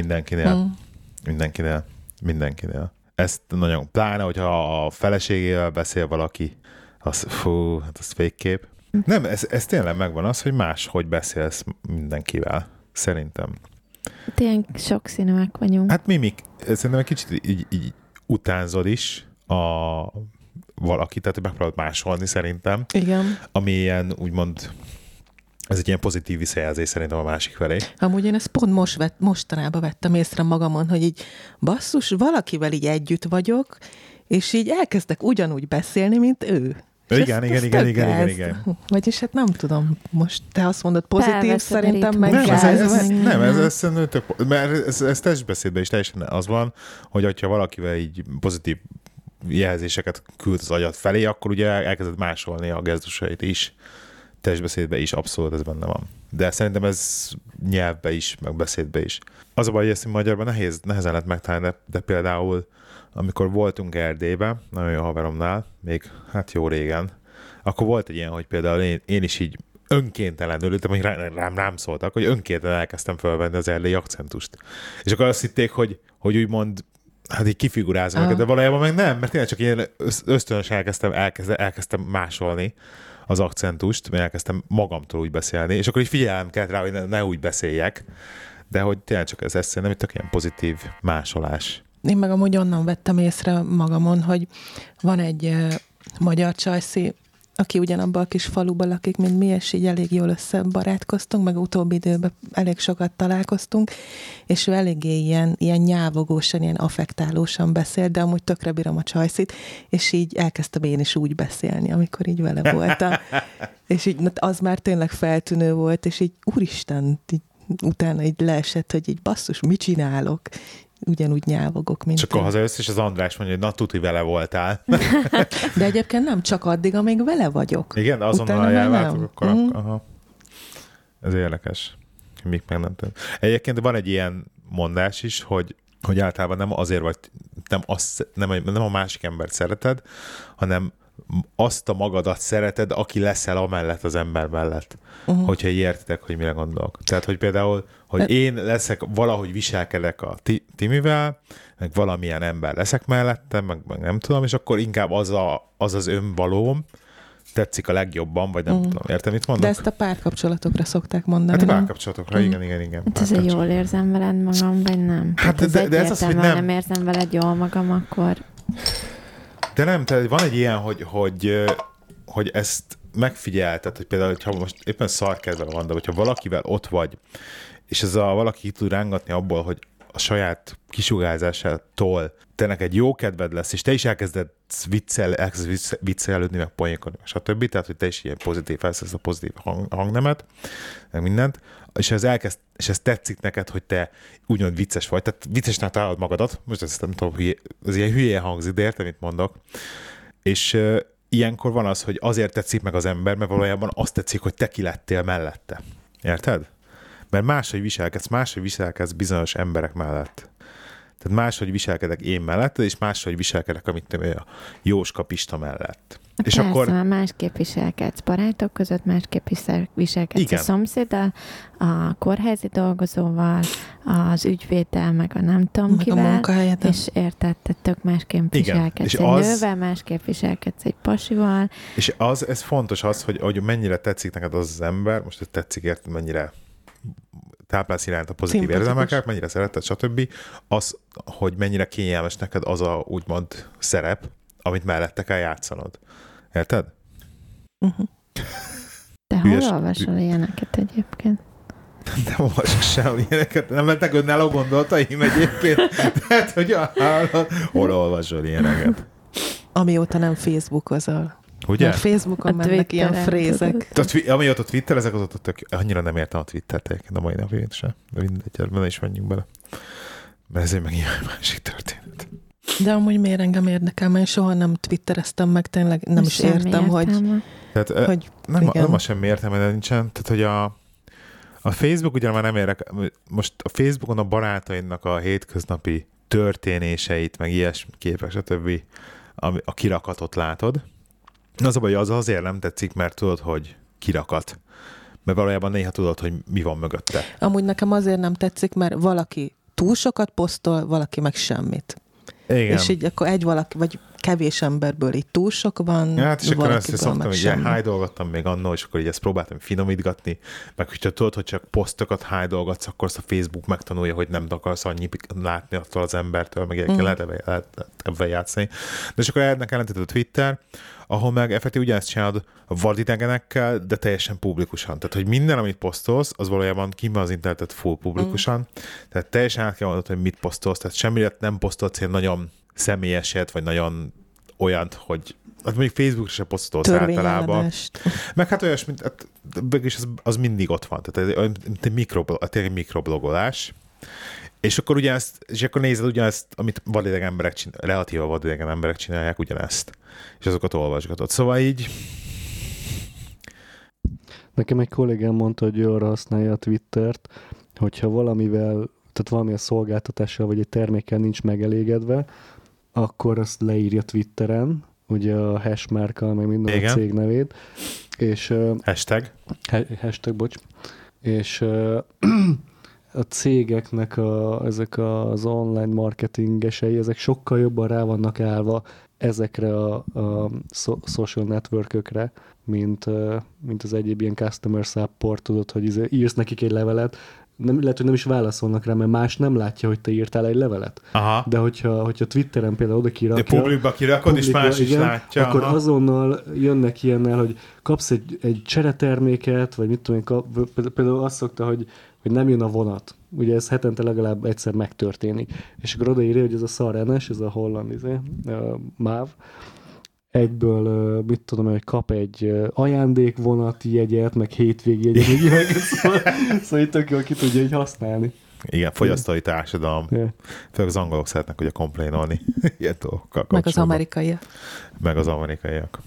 mindenkinél. Ezt nagyon, pláne, hogyha a feleségével beszél valaki, az fékkép. Nem, ez tényleg megvan az, hogy máshogy beszélsz mindenkivel. Szerintem. Tényleg sokszínűek vagyunk. Hát szerintem egy kicsit így utánzod is valaki, tehát megpróbálod másolni szerintem. Igen. Ami ilyen, úgymond, ez egy ilyen pozitív visszajelzés szerintem a másik felé. Amúgy én ezt pont mostanában vettem észre magamon, hogy így basszus, valakivel így együtt vagyok, és így elkezdek ugyanúgy beszélni, mint ő. Igen. Vagyis hát nem tudom, most te azt mondod pozitív, szerintem meg mert ez testbeszédben is teljesen az van, hogy ha valakivel így pozitív jelzéseket küld az agyad felé, akkor ugye elkezded másolni a gesztusait is. Testbeszédben is abszolút ez benne van. De szerintem ez nyelvbe is, meg beszédbe is. Az a baj, hogy ezt magyarban nehezen lehet megtalálni, de például amikor voltunk Erdélyben, nagyon jó haveromnál, még hát jó régen, akkor volt egy ilyen, hogy például én is így önkéntelenül, de rám szóltak, hogy önkéntelenül elkezdtem felvenni az erdélyi akcentust. És akkor azt hitték, hogy úgymond hát így kifigurázom meg, de valójában meg nem, mert tényleg csak ilyen ösztönösen elkezdtem másolni az akcentust, mert elkezdtem magamtól úgy beszélni, és akkor így figyelem kellett rá, hogy ne úgy beszéljek, de hogy tényleg csak ez szerintem egy tök ilyen pozitív másolás. Én meg amúgy onnan vettem észre magamon, hogy van egy magyar csajszi, aki ugyanabban a kis faluban lakik, mint mi, és így elég jól összebarátkoztunk, meg utóbbi időben elég sokat találkoztunk, és ő eléggé ilyen nyávogósan, ilyen affektálósan beszél, de amúgy tökre bírom a csajszit, és így elkezdtem én is úgy beszélni, amikor így vele voltam. És így az már tényleg feltűnő volt, és így úristen, így, utána így leesett, hogy így basszus, mit csinálok? Ugyanúgy nyávogok, mint csak akkor hazajössz, és az András mondja, hogy na tuti vele voltál. De egyébként nem csak addig, amíg vele vagyok. Igen, de azonnal elváltok, akkor aha. Ez érdekes. Még meg nem tudom. Egyébként van egy ilyen mondás is, hogy általában nem azért vagy, nem a másik embert szereted, hanem azt a magadat szereted, aki leszel amellett az ember mellett. Hogyha értitek, hogy mire gondolok. Tehát, hogy például, hogy én leszek, valahogy viselkedek a Timivel, meg valamilyen ember leszek mellettem, meg nem tudom, és akkor inkább az önvalóm tetszik a legjobban, vagy nem tudom, értem, mit mondok? De ezt a párkapcsolatokra szokták mondani. Hát a párkapcsolatokra, igen. Hát ez jól érzem veled magam, vagy nem? Hát de ez az, hogy nem érzem veled jól magam, akkor... De nem, tehát van egy ilyen, hogy ezt megfigyelted, hogy például, ha most éppen szarkedvel van, de hogyha valakivel ott vagy, és ez a valaki ki tud rángatni abból, hogy a saját kisugárzásától te neked jó kedved lesz, és te is elkezdesz viccelődni, meg poénkodni, stb. Tehát, hogy te is ilyen pozitív felszesz a pozitív hangnemet, meg mindent, és ez tetszik neked, hogy te úgymond vicces vagy, tehát viccesnek találod magadat, most ezt nem tudom, ez ilyen hülye hangzik, de értem, mit mondok, és ilyenkor van az, hogy azért tetszik meg az ember, mert valójában azt tetszik, hogy te ki lettél mellette. Érted? Mert máshogy viselkedsz bizonyos emberek mellett. Tehát máshogy viselkedek én mellett, és máshogy viselkedek, amit a Jóska Pista mellett. Persze, és akkor másképp viselkedsz barátok között, másképp viselkedsz igen. A szomszéddal, a kórházi dolgozóval, az ügyvéddel, meg a nem tudom kivel, és érted, te tök másképp viselkedsz egy nővel, másképp viselkedsz egy pasival. És ez fontos az, hogy mennyire tetszik neked az ember, most hogy tetszik, érted, mennyire táplálsz iránt a pozitív érzelmeket, mennyire szereted, stb. Az, hogy mennyire kényelmes neked az a úgymond szerep, amit mellette kell játszanod. Érted? Uh-huh. Te hol olvasol ilyeneket egyébként? Nem olvasok sem ilyeneket. Nem lettek önálló gondolataim egyébként. Tehát, hogy hol olvasol ilyeneket? Amióta nem Facebookozol. Ugye? Mert Facebookon mennek ilyen frézek. Amióta Twitter, ezek azóta annyira nem értem a Twittert egyébként a mai napján sem. De mindegy, ne is menjünk bele. Mert ez egy megint másik történet. De amúgy miért engem érdekel, mert soha nem twittereztem meg, tényleg nem is értem, hogy... Tehát nem a semmi értelme, de nincsen. Tehát, hogy a Facebook ugyan már nem érdekel. Most a Facebookon a barátaidnak a hétköznapi történéseit, meg ilyesmi képek, stb. A kirakatot látod. Az a baj, az azért nem tetszik, mert tudod, hogy kirakat. Mert valójában néha tudod, hogy mi van mögötte. Amúgy nekem azért nem tetszik, mert valaki túl sokat posztol, valaki meg semmit. Igen. És így akkor egy valaki, vagy kevés emberből így túl sok van, hát, és akkor ezt szoktam, hogy hájdolgattam még annól, és akkor így ezt próbáltam finomítgatni, meg hogyha tudod, hogy csak posztokat hájdolgatsz, akkor azt a Facebook megtanulja, hogy nem akarsz annyi látni attól az embertől, meg lehet ebben játszani. De és akkor ennek ellentétben a Twitter, ahol meg effektív ugyanezt csinálod a vadidegenekkel, de teljesen publikusan. Tehát, hogy minden, amit posztolsz, az valójában kívül az internetet full publikusan. Tehát teljesen át kell mondani, hogy mit posztolsz. Tehát semmire nem posztolsz ilyen nagyon személyeset, vagy nagyon olyant, hogy hát mondjuk Facebookra se posztolsz általában. Meg hát olyas, mint az mindig ott van. Tehát egy mikroblogolás. És akkor és akkor nézed ugyanezt, amit vadidegen emberek relatíva vadidegen emberek csinálják ugyanezt. És azokat olvasgatod. Szóval így... Nekem egy kollégám mondta, hogy ő arra használja a Twittert, hogyha valamilyen szolgáltatással vagy egy termékkel nincs megelégedve, akkor azt leírja Twitteren, ugye a hashmárkkal, meg minden a cég nevét. És, hashtag. Hashtag, bocs. És a cégeknek ezek az online marketingesei, ezek sokkal jobban rá vannak állva ezekre a social networkökre, mint az egyéb ilyen customer support, tudod, hogy írsz nekik egy levelet, lehet, hogy nem is válaszolnak rá, mert más nem látja, hogy te írtál egy levelet. Aha. De hogyha Twitteren például oda kirakja... De publikba kirakod, és más is látja. Akkor azonnal jönnek ilyennel, hogy kapsz egy csereterméket, vagy mit tudom én, például azt szokta, hogy nem jön a vonat. Ugye ez hetente legalább egyszer megtörténik. És akkor odaírja, hogy ez a szar-enes, ez a holland MÁV, egyből, mit tudom, hogy kap egy ajándékvonati jegyet, meg hétvégjegyet, szóval itt tök jól ki tudja így használni. Igen, fogyasztói társadalom. Yeah. Főleg az angolok szeretnek ugye komplénolni ilyen dolgokkal. Meg az amerikaiak. Meg az amerikaiak.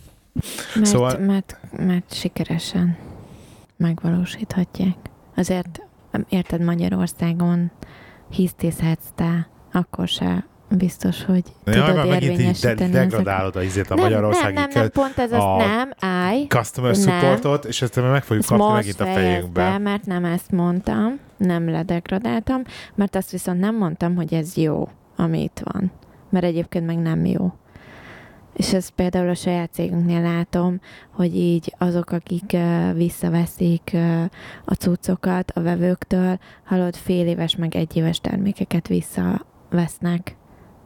Mert sikeresen megvalósíthatják. Azért, érted, Magyarországon hisztészhetsz te, akkor se biztos, hogy tudod érvényesíteni. Degradálod a magyarországi... Nem, pont ez az nem, állj. Customer supportot, és ezt meg fogjuk kapni megint a fejünkbe. Mert nem ezt mondtam, nem ledegradáltam, mert azt viszont nem mondtam, hogy ez jó, ami itt van. Mert egyébként meg nem jó. És ezt például a saját cégünknél látom, hogy így azok, akik visszaveszik a cuccokat a vevőktől, hallod, fél éves meg 1 éves termékeket visszavesznek.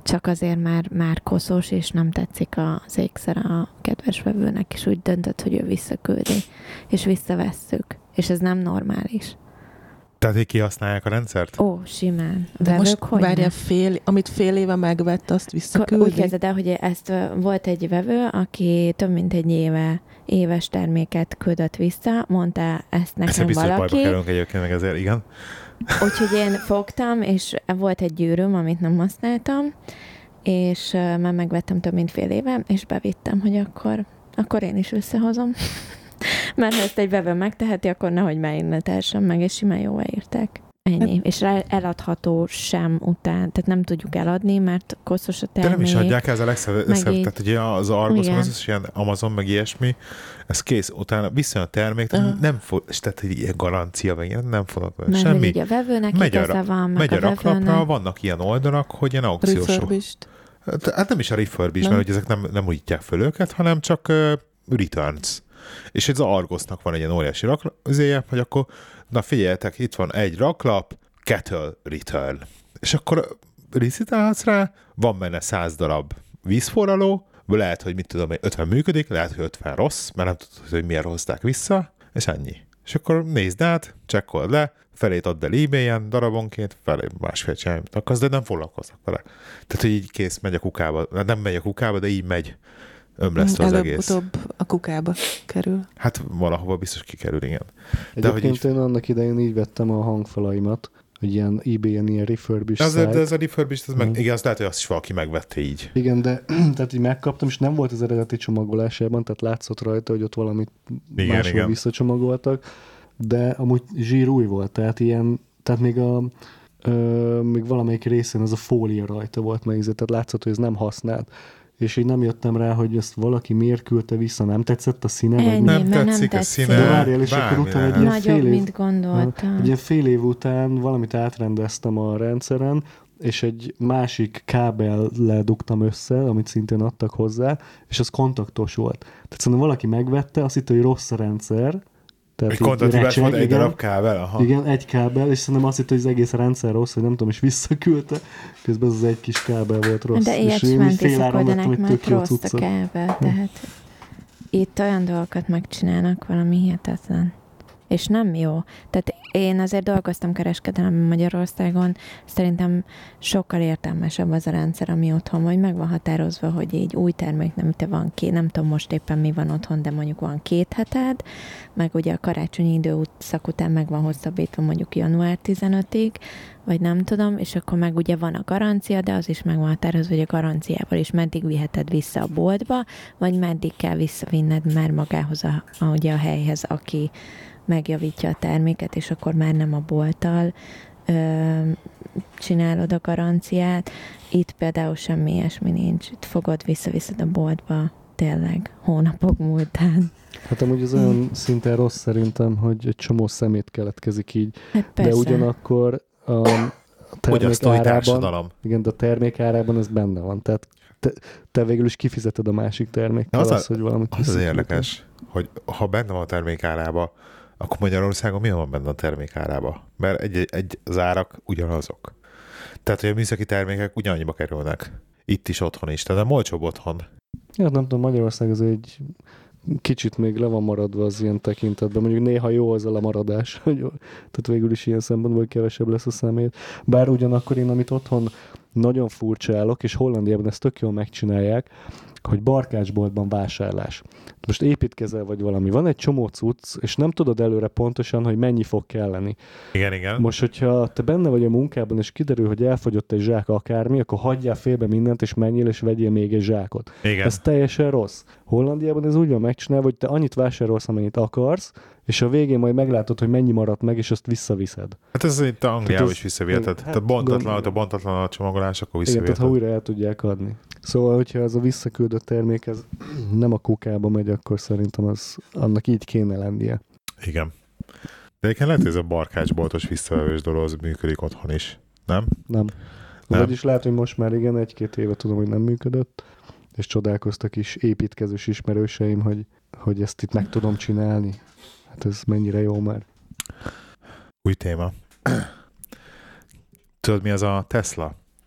csak azért már koszos, és nem tetszik az ékszer a kedves vevőnek, és úgy döntött, hogy ő visszaküldi, és visszavesszük. És ez nem normális. Tehát így kihasználják a rendszert? Ó, simán. De most várja, amit fél éve megvett, azt visszaküldi? Úgy kezded el, hogy ezt volt egy vevő, aki több mint egy éves terméket küldött vissza, mondta ezt nekem biztos valaki. Bajba kerülünk egyébként meg ezért, igen. Úgyhogy én fogtam, és volt egy gyűrűm, amit nem használtam, és már megvettem több mint fél éve, és bevittem, hogy akkor én is összehozom. Mert ha ezt egy vevő megteheti, akkor nehogy már én ne tehessem meg, és simán jóvá írták. Ennyi. És eladható sem után, tehát nem tudjuk eladni, mert koszos a termék. De nem is adják ez a legszebb, tehát ugye az Argos, az ilyen Amazon, meg ilyesmi, ez kész, utána visszajön a termék, tehát egy ilyen garancia, meg ilyen nem fognak mert semmi. Mert a vevőnek igaza van, meg megy a raklapra, vannak ilyen oldalak, hogy ilyen aukciósok. Hát nem is a refurbish, mert hogy ezek nem újítják föl őket, hanem csak returns. És ez az Argosnak van egy ilyen óriási raklapzéje, hogy akkor, na figyeljetek, itt van egy raklap, kettle return. És akkor licitálhatsz rá, van benne 100 darab vízforraló, lehet, hogy 50 működik, lehet, hogy 50 rossz, mert nem tudod, hogy miért hozták vissza, és ennyi. És akkor nézd át, csekkold le, felét add el e-mailen darabonként, felé másfél csinálni, akarsz, de nem foglalkoznak vele. Tehát, hogy így kész, megy a kukába. Nem megy a kukába, de így megy. Ömlesztve az egész. Előbb-utóbb a kukába kerül. Hát valahova biztos kikerül, igen. Egyébként én annak idején így vettem a hangfalaimat, hogy ilyen eBay-en ilyen refurbish de ez a refurbish, igen, az lehet, hogy azt is valaki megvette így. Igen, de tehát így megkaptam, és nem volt az eredeti csomagolásában, tehát látszott rajta, hogy ott valamit máshol visszacsomagoltak, de amúgy zsírúj volt, tehát még valamelyik részén az a fólia rajta volt meg, tehát látszott, hogy ez nem használt. És így nem jöttem rá, hogy ezt valaki miért küldte vissza, nem tetszett a színe? Ennyi, nem tetszik a színe. De várjál, és akkor utána egy ilyen nagyobb, mint gondoltam. Egy ilyen fél év után valamit átrendeztem a rendszeren, és egy másik kábellel dugtam össze, amit szintén adtak hozzá, és az kontaktos volt. Tehát szerintem valaki megvette, azt hitt, hogy rossz a rendszer, egy kontaktívás volt, egy darab kábel? Aha. Igen, egy kábel, és szerintem azt hitt, hogy az egész rendszer rossz, hogy nem tudom, és visszaküldte. Közben az egy kis kábel volt rossz. De ilyet sem visszaküldenek, mert rossz a kábel. Tehát itt olyan dolgokat megcsinálnak, valami hihetetlen. És nem jó. Tehát én azért dolgoztam kereskedelemben Magyarországon, szerintem sokkal értelmesebb az a rendszer, ami otthon vagy, meg van határozva, hogy így új termék, nem tudom most éppen mi van otthon, de mondjuk van 2 heted, meg ugye a karácsonyi időszak után meg van hosszabbítva mondjuk január 15-ig, vagy nem tudom, és akkor meg ugye van a garancia, de az is meg van határozva, hogy a garanciával is meddig viheted vissza a boltba, vagy meddig kell visszavinned már magához ugye a helyhez, aki megjavítja a terméket, és akkor már nem a bolttal csinálod a garanciát. Itt például semmi ilyesmi nincs. Itt fogod, visszaviszed a boltba, tényleg, hónapok múltán. Hát amúgy az olyan szinten rossz szerintem, hogy egy csomó szemét keletkezik így. Hát de ugyanakkor a termék árában, igen, de a termék árában ez benne van. Tehát te végül is kifizeted a másik termékkel hogy valamit az érdekes, hogy ha benne van a termék árába, akkor Magyarországon mi van benne a termék árába? Mert az árak ugyanazok. Tehát, hogy a műszaki termékek ugyanannyiba kerülnek. Itt is, otthon is. Tehát nem olcsóbb otthon. Ja, nem tudom, Magyarország az egy kicsit még le van maradva az ilyen tekintetben. Mondjuk néha jó az a lemaradás, tehát végül is ilyen szempontból kevesebb lesz a szemét. Bár ugyanakkor én, amit otthon nagyon furcsálok, és Hollandiában ezt tök jól megcsinálják, hogy barkácsboltban vásárlás. Most építkezel vagy valami, van egy csomó cucc, és nem tudod előre pontosan, hogy mennyi fog kelleni. Igen. Most, hogyha te benne vagy a munkában, és kiderül, hogy elfogyott egy zsák akármi, akkor hagyjál félbe mindent, és menjél, és vegyél még egy zsákot. Igen. Ez teljesen rossz. Hollandiában ez úgy van megcsinálva, hogy te annyit vásárolsz, amennyit akarsz, és a végén majd meglátod, hogy mennyi maradt meg, és azt visszaviszed. Hát ez itt Angliában is visszaviheted. Tehát bontatlan a csomagolás, akkor visszaviheted. Igen, tehát ha újra el tudják adni. Szóval, hogyha ez a visszaküldött termék, ez nem a kukába megy, akkor szerintem annak így kéne lennie. Igen. De egyébként lehet, hogy ez a barkácsboltos visszavevős dolog az működik otthon is, nem? Nem. Vagyis lehet, hogy most már igen, 1-2 éve tudom, hogy nem működött, és csodálkoztak is építkezős ismerőseim, hogy ezt itt meg tudom csinálni. Hát ez mennyire jó már. Új téma. Tudod, mi az a Tesla?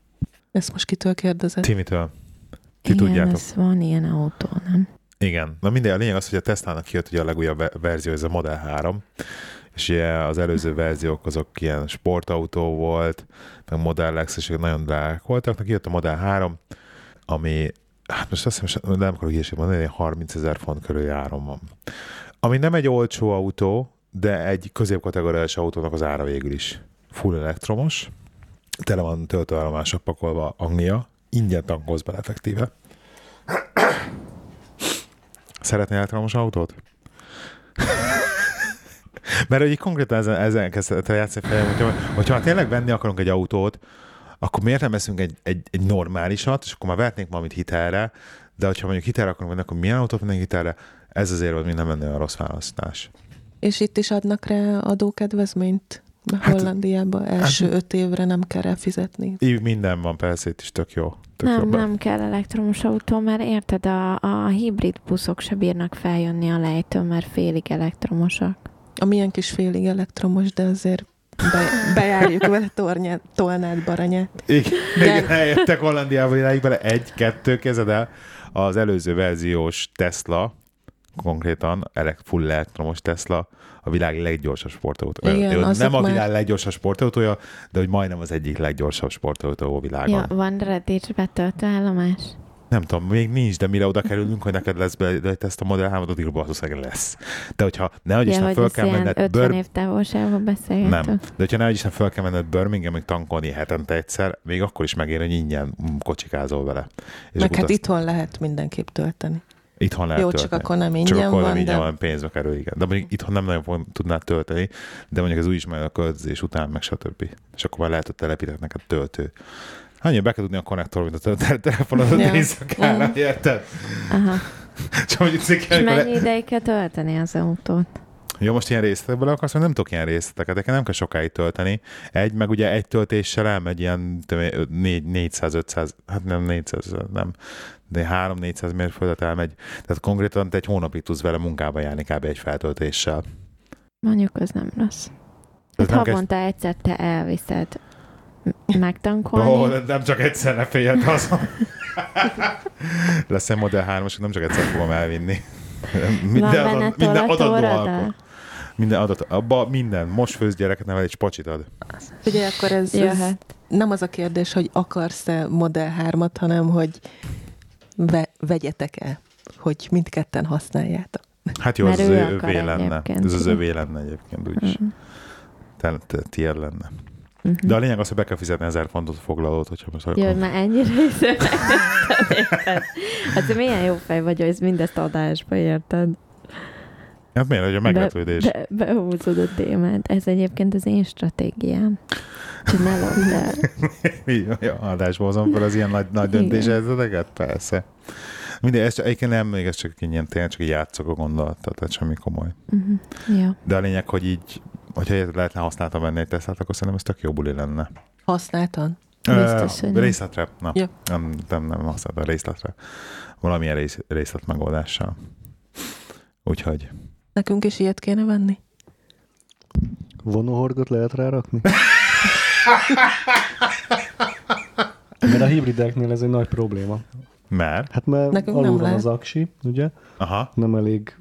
Ezt most kitől kérdezed? Timitől. Ti igen, tudjátok. ez van ilyen autó, nem? Igen. Na minden, a lényeg az, hogy a Tesla-nak kijött ugye a legújabb verzió, ez a Model 3, és ugye az előző verziók azok ilyen sportautó volt, meg Model X, és nagyon drágák voltak. Kijött a Model 3, ami, hát most azt hiszem, nem akarok hírséget mondani, 30 000 font körül áron van. Ami nem egy olcsó autó, de egy középkategóriás autónak az ára végül is. Full elektromos, tele van töltőállomásra pakolva Anglia, ingyen tankolsz bele effektíve. Szeretnél elektromos autót? Mert így konkrétan ezen kezdett játszani fejem, hogyha tényleg venni akarunk egy autót, akkor miért nem veszünk egy normálisat, és akkor már vehetnénk valamit hitelre, de hogyha mondjuk hitelre akarunk venni, akkor milyen autót vennénk hitelre? Ez azért volt minden menni a rossz választás. És itt is adnak rá adókedvezményt? Hollandiában első 5 évre nem kell rá fizetni. Így minden van, persze, itt is tök jó. Nem kell elektromos autó, mert érted, a hibrid buszok se bírnak feljönni a lejtőn, mert félig elektromosak. A milyen kis félig elektromos, de azért bejárjuk vele Tolnát, Baranyát. Igen, eljöttek Hollandiából idáig bele 1-2 kezed el. Az előző verziós Tesla, konkrétan full elektromos Tesla, a világ leggyorsabb sportautója. Igen, nem a világ leggyorsabb sportautója, de hogy majdnem az egyik leggyorsabb sportautó a világon. Ja, van Reddit betöltőállomás? Nem tudom, még nincs, de mire oda kerülünk, hogy neked lesz belőle ezt a Model 3-at, addig valószínűleg lesz. De hogyha nehogy Isten föl kell menned... 50 év távolságban beszélgetünk. Nem, de hogyha nehogy Isten föl kell menned Birminghamig tankolni hetente egyszer, még akkor is megér, hogy ingyen kocsikázol vele. És meg hát itthon lehet mindenképp tölteni. Itthon lehet tölteni. Csak akkor nem ingyen van, nem ingyen van, pénzbe kerül, igen. De mondjuk itthon nem nagyon tudnád tölteni, de mondjuk az úgyis majd a költözés után, meg stb. És akkor már lehet, hogy telepítek neked töltő. Annyi, be kell tudni a konnektor, mint a telefonodon éjszakára, érted? Aha. És mennyi ideig kell tölteni az autót? Jó, most ilyen részletekből akarsz, mert nem tudok ilyen részleteket, de nem kell sokáig tölteni. Meg ugye egy töltéssel elmegy ilyen 400-500, hát nem 400, nem, de 3-400 mérföldet elmegy. Tehát konkrétan te egy hónapig tudsz vele munkába járni kb. Egy feltöltéssel. Mondjuk az nem rossz. Hát havonta egyszer te elviszed megtankolni. Nem csak egyszer, ne féljen azon. Lesz egy Model 3-as, nem csak egyszer fogom elvinni. Minden adat, abba minden. Most főz gyereket nevel, egy spacsit ad. Ugye akkor ez nem az a kérdés, hogy akarsz-e Model 3-at, hanem hogy vegyetek-e, hogy mindketten használjátok. Hát jó, az az övé lenne. Ez az övé lenne egyébként úgyis. Tiéd lenne. De a lényeg az, hogy be kell fizetni 1000 fontot a foglalót, hogyha most jó, már ennyire is hát milyen jó fej vagy, hogy mindezt adásba érted. Hát miért, hogy a meglepődés? Behúzod a témát. Ez egyébként az én stratégiám. Hogy ne lopd el. Ja, adásba hozom fel az ilyen nagy döntéshelyzeteket? Persze. Mindegy, ez egyébként nem, még ez csak ilyen tényleg csak játszok a gondolattal, tehát semmi komoly. Ja. De a lényeg, hogy így, hogyha lehetne használtan venni egy Teslát, akkor szerintem ez tök jó buli lenne. Használtan? Biztos, hogy részletre. Na, ja. nem használtan, részletre. Valamilyen részlet megoldással. Úgyhogy. Nekünk is ilyet kéne venni. Vonóhorgot lehet rárakni? Mert a hibrideknél ez egy nagy probléma. Mert? Hát mert alul van az aksi, ugye? Aha. Nem elég,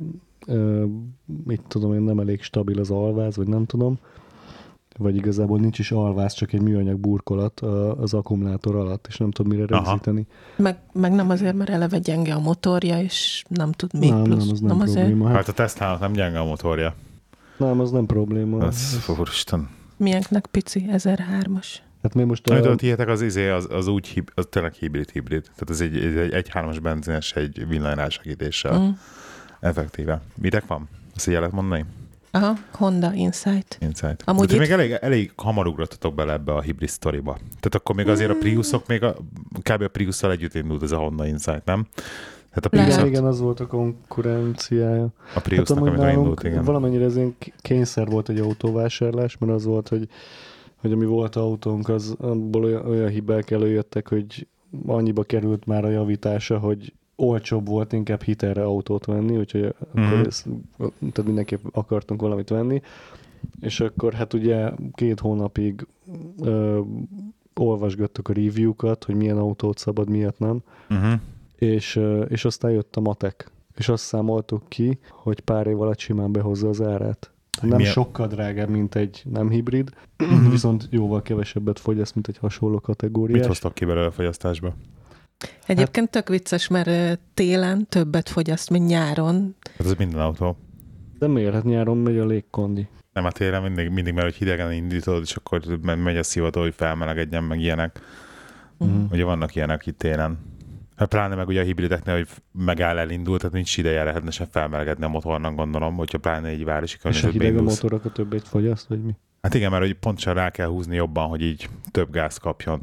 nem elég stabil az alváz, vagy nem tudom. Vagy igazából nincs is alváz, csak egy műanyag burkolat az akkumulátor alatt, és nem tud mire rögzíteni. Meg nem azért, mert eleve gyenge a motorja, és nem tud még plusz. Nem, az nem probléma. Hát a Teslának nem gyenge a motorja. Nem, az nem probléma. Úristen. Milyenknek pici, 1003-as. Hát mi most amit hihetek, az úgy, az tényleg hibrid. Tehát ez egy 1.3-as benzines egy villanyrásegítéssel. Effektíve. Mitek van? Ezt így el lehet mondani? Aha, Honda Insight. Amúgy itt... még elég hamar ugrottatok bele ebbe a hibrid sztoriba. Tehát akkor még azért a Priusok, még kb. A Priusszal együtt indult ez a Honda Insight, nem? Tehát igen, az volt a konkurenciája. A Priusnak, hát, amikor indult, igen. Valamennyire ez ilyen kényszer volt egy autóvásárlás, mert az volt, hogy ami volt autónk, az abból olyan hibák előjöttek, hogy annyiba került már a javítása, hogy olcsóbb volt inkább hitelre autót venni, úgyhogy akkor tehát mindenképp akartunk valamit venni, és akkor hát ugye 2 hónapig olvasgattuk a review-kat, hogy milyen autót szabad, miért nem. És aztán jött a matek. És azt számoltuk ki, hogy pár év alatt simán behozza az árát. Nem sokkal drágább, mint egy nem hibrid, viszont jóval kevesebbet fogyaszt, mint egy hasonló kategóriás. Mit hoztak ki belőle a fogyasztásba? Egyébként tök vicces, mert télen többet fogyaszt, mint nyáron. Hát ez minden autó. De miért? Hát nyáron megy a légkondi. Nem, hát télen mindig mert hogy hidegen indítod, és akkor megy a szivató, hogy felmelegedjen, meg ilyenek. Ugye vannak ilyenek itt télen. Hát pláne meg ugye a hibrideknél, hogy megáll, elindul, tehát nincs ideje, lehetne sem felmelegedni a motornak, gondolom, hogyha pláne egy városi környezetben indulsz. És a hideg a motor, akkor többet fogyaszt, vagy mi? Hát igen, mert hogy pontosan rá kell húzni jobban, hogy így több gáz kapjon.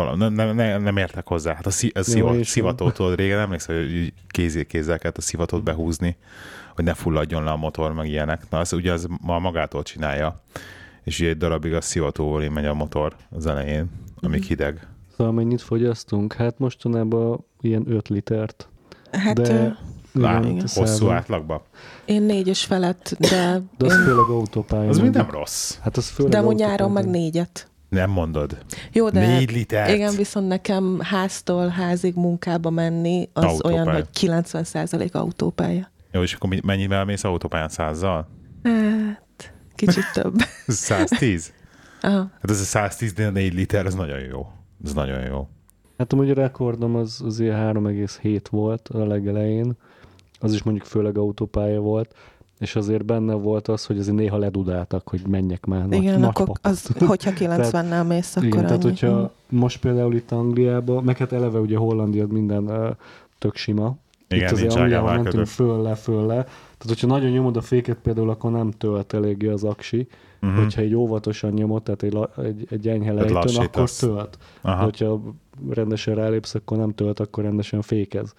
Nem értek hozzá. Hát a szivatót tudod, régen emlékszel, hogy kézzel kellett a szivatót behúzni, hogy ne fulladjon le a motor, meg ilyenek. Na, ugye az magától csinálja. És ugye egy darabig a szivatóval megy a motor az elején, amíg hideg. Szóval mennyit fogyasztunk? Hát mostanában ilyen 5 litert. Hát de hosszú átlagban? Én 4 és felett, de az főleg autópályán. Az mind nem rossz. Hát az főleg de amúgy nyáron meg 4-et. Nem mondod. Jó, de 4 litert? Igen, viszont nekem háztól házig munkába menni, az autópálya. Olyan, hogy 90% autópálya. Jó, és akkor mennyivel mész autópályán? 100-zal? Hát, kicsit több. 110? Aha. Hát ez a 110 4 liter, ez nagyon jó. Ez nagyon jó. Hát amúgy a rekordom az ilyen 3,7 volt a legelején. Az is mondjuk főleg autópálya volt. És azért benne volt az, hogy azért néha ledudáltak, hogy menjek már igen, nagy akkor az, hogyha 90-nel mész, akkor igen, tehát hogyha most például itt Angliában, meg hát eleve ugye Hollandia minden tök sima. Igen, itt azért Angliában mentünk fölle. Tehát hogyha nagyon nyomod a féket például, akkor nem tölt eléggé az aksi. Hogyha egy óvatosan nyomod, tehát egy enyhe lejtőn, akkor tölt. Hogyha rendesen rálépsz, akkor nem tölt, akkor rendesen fékez.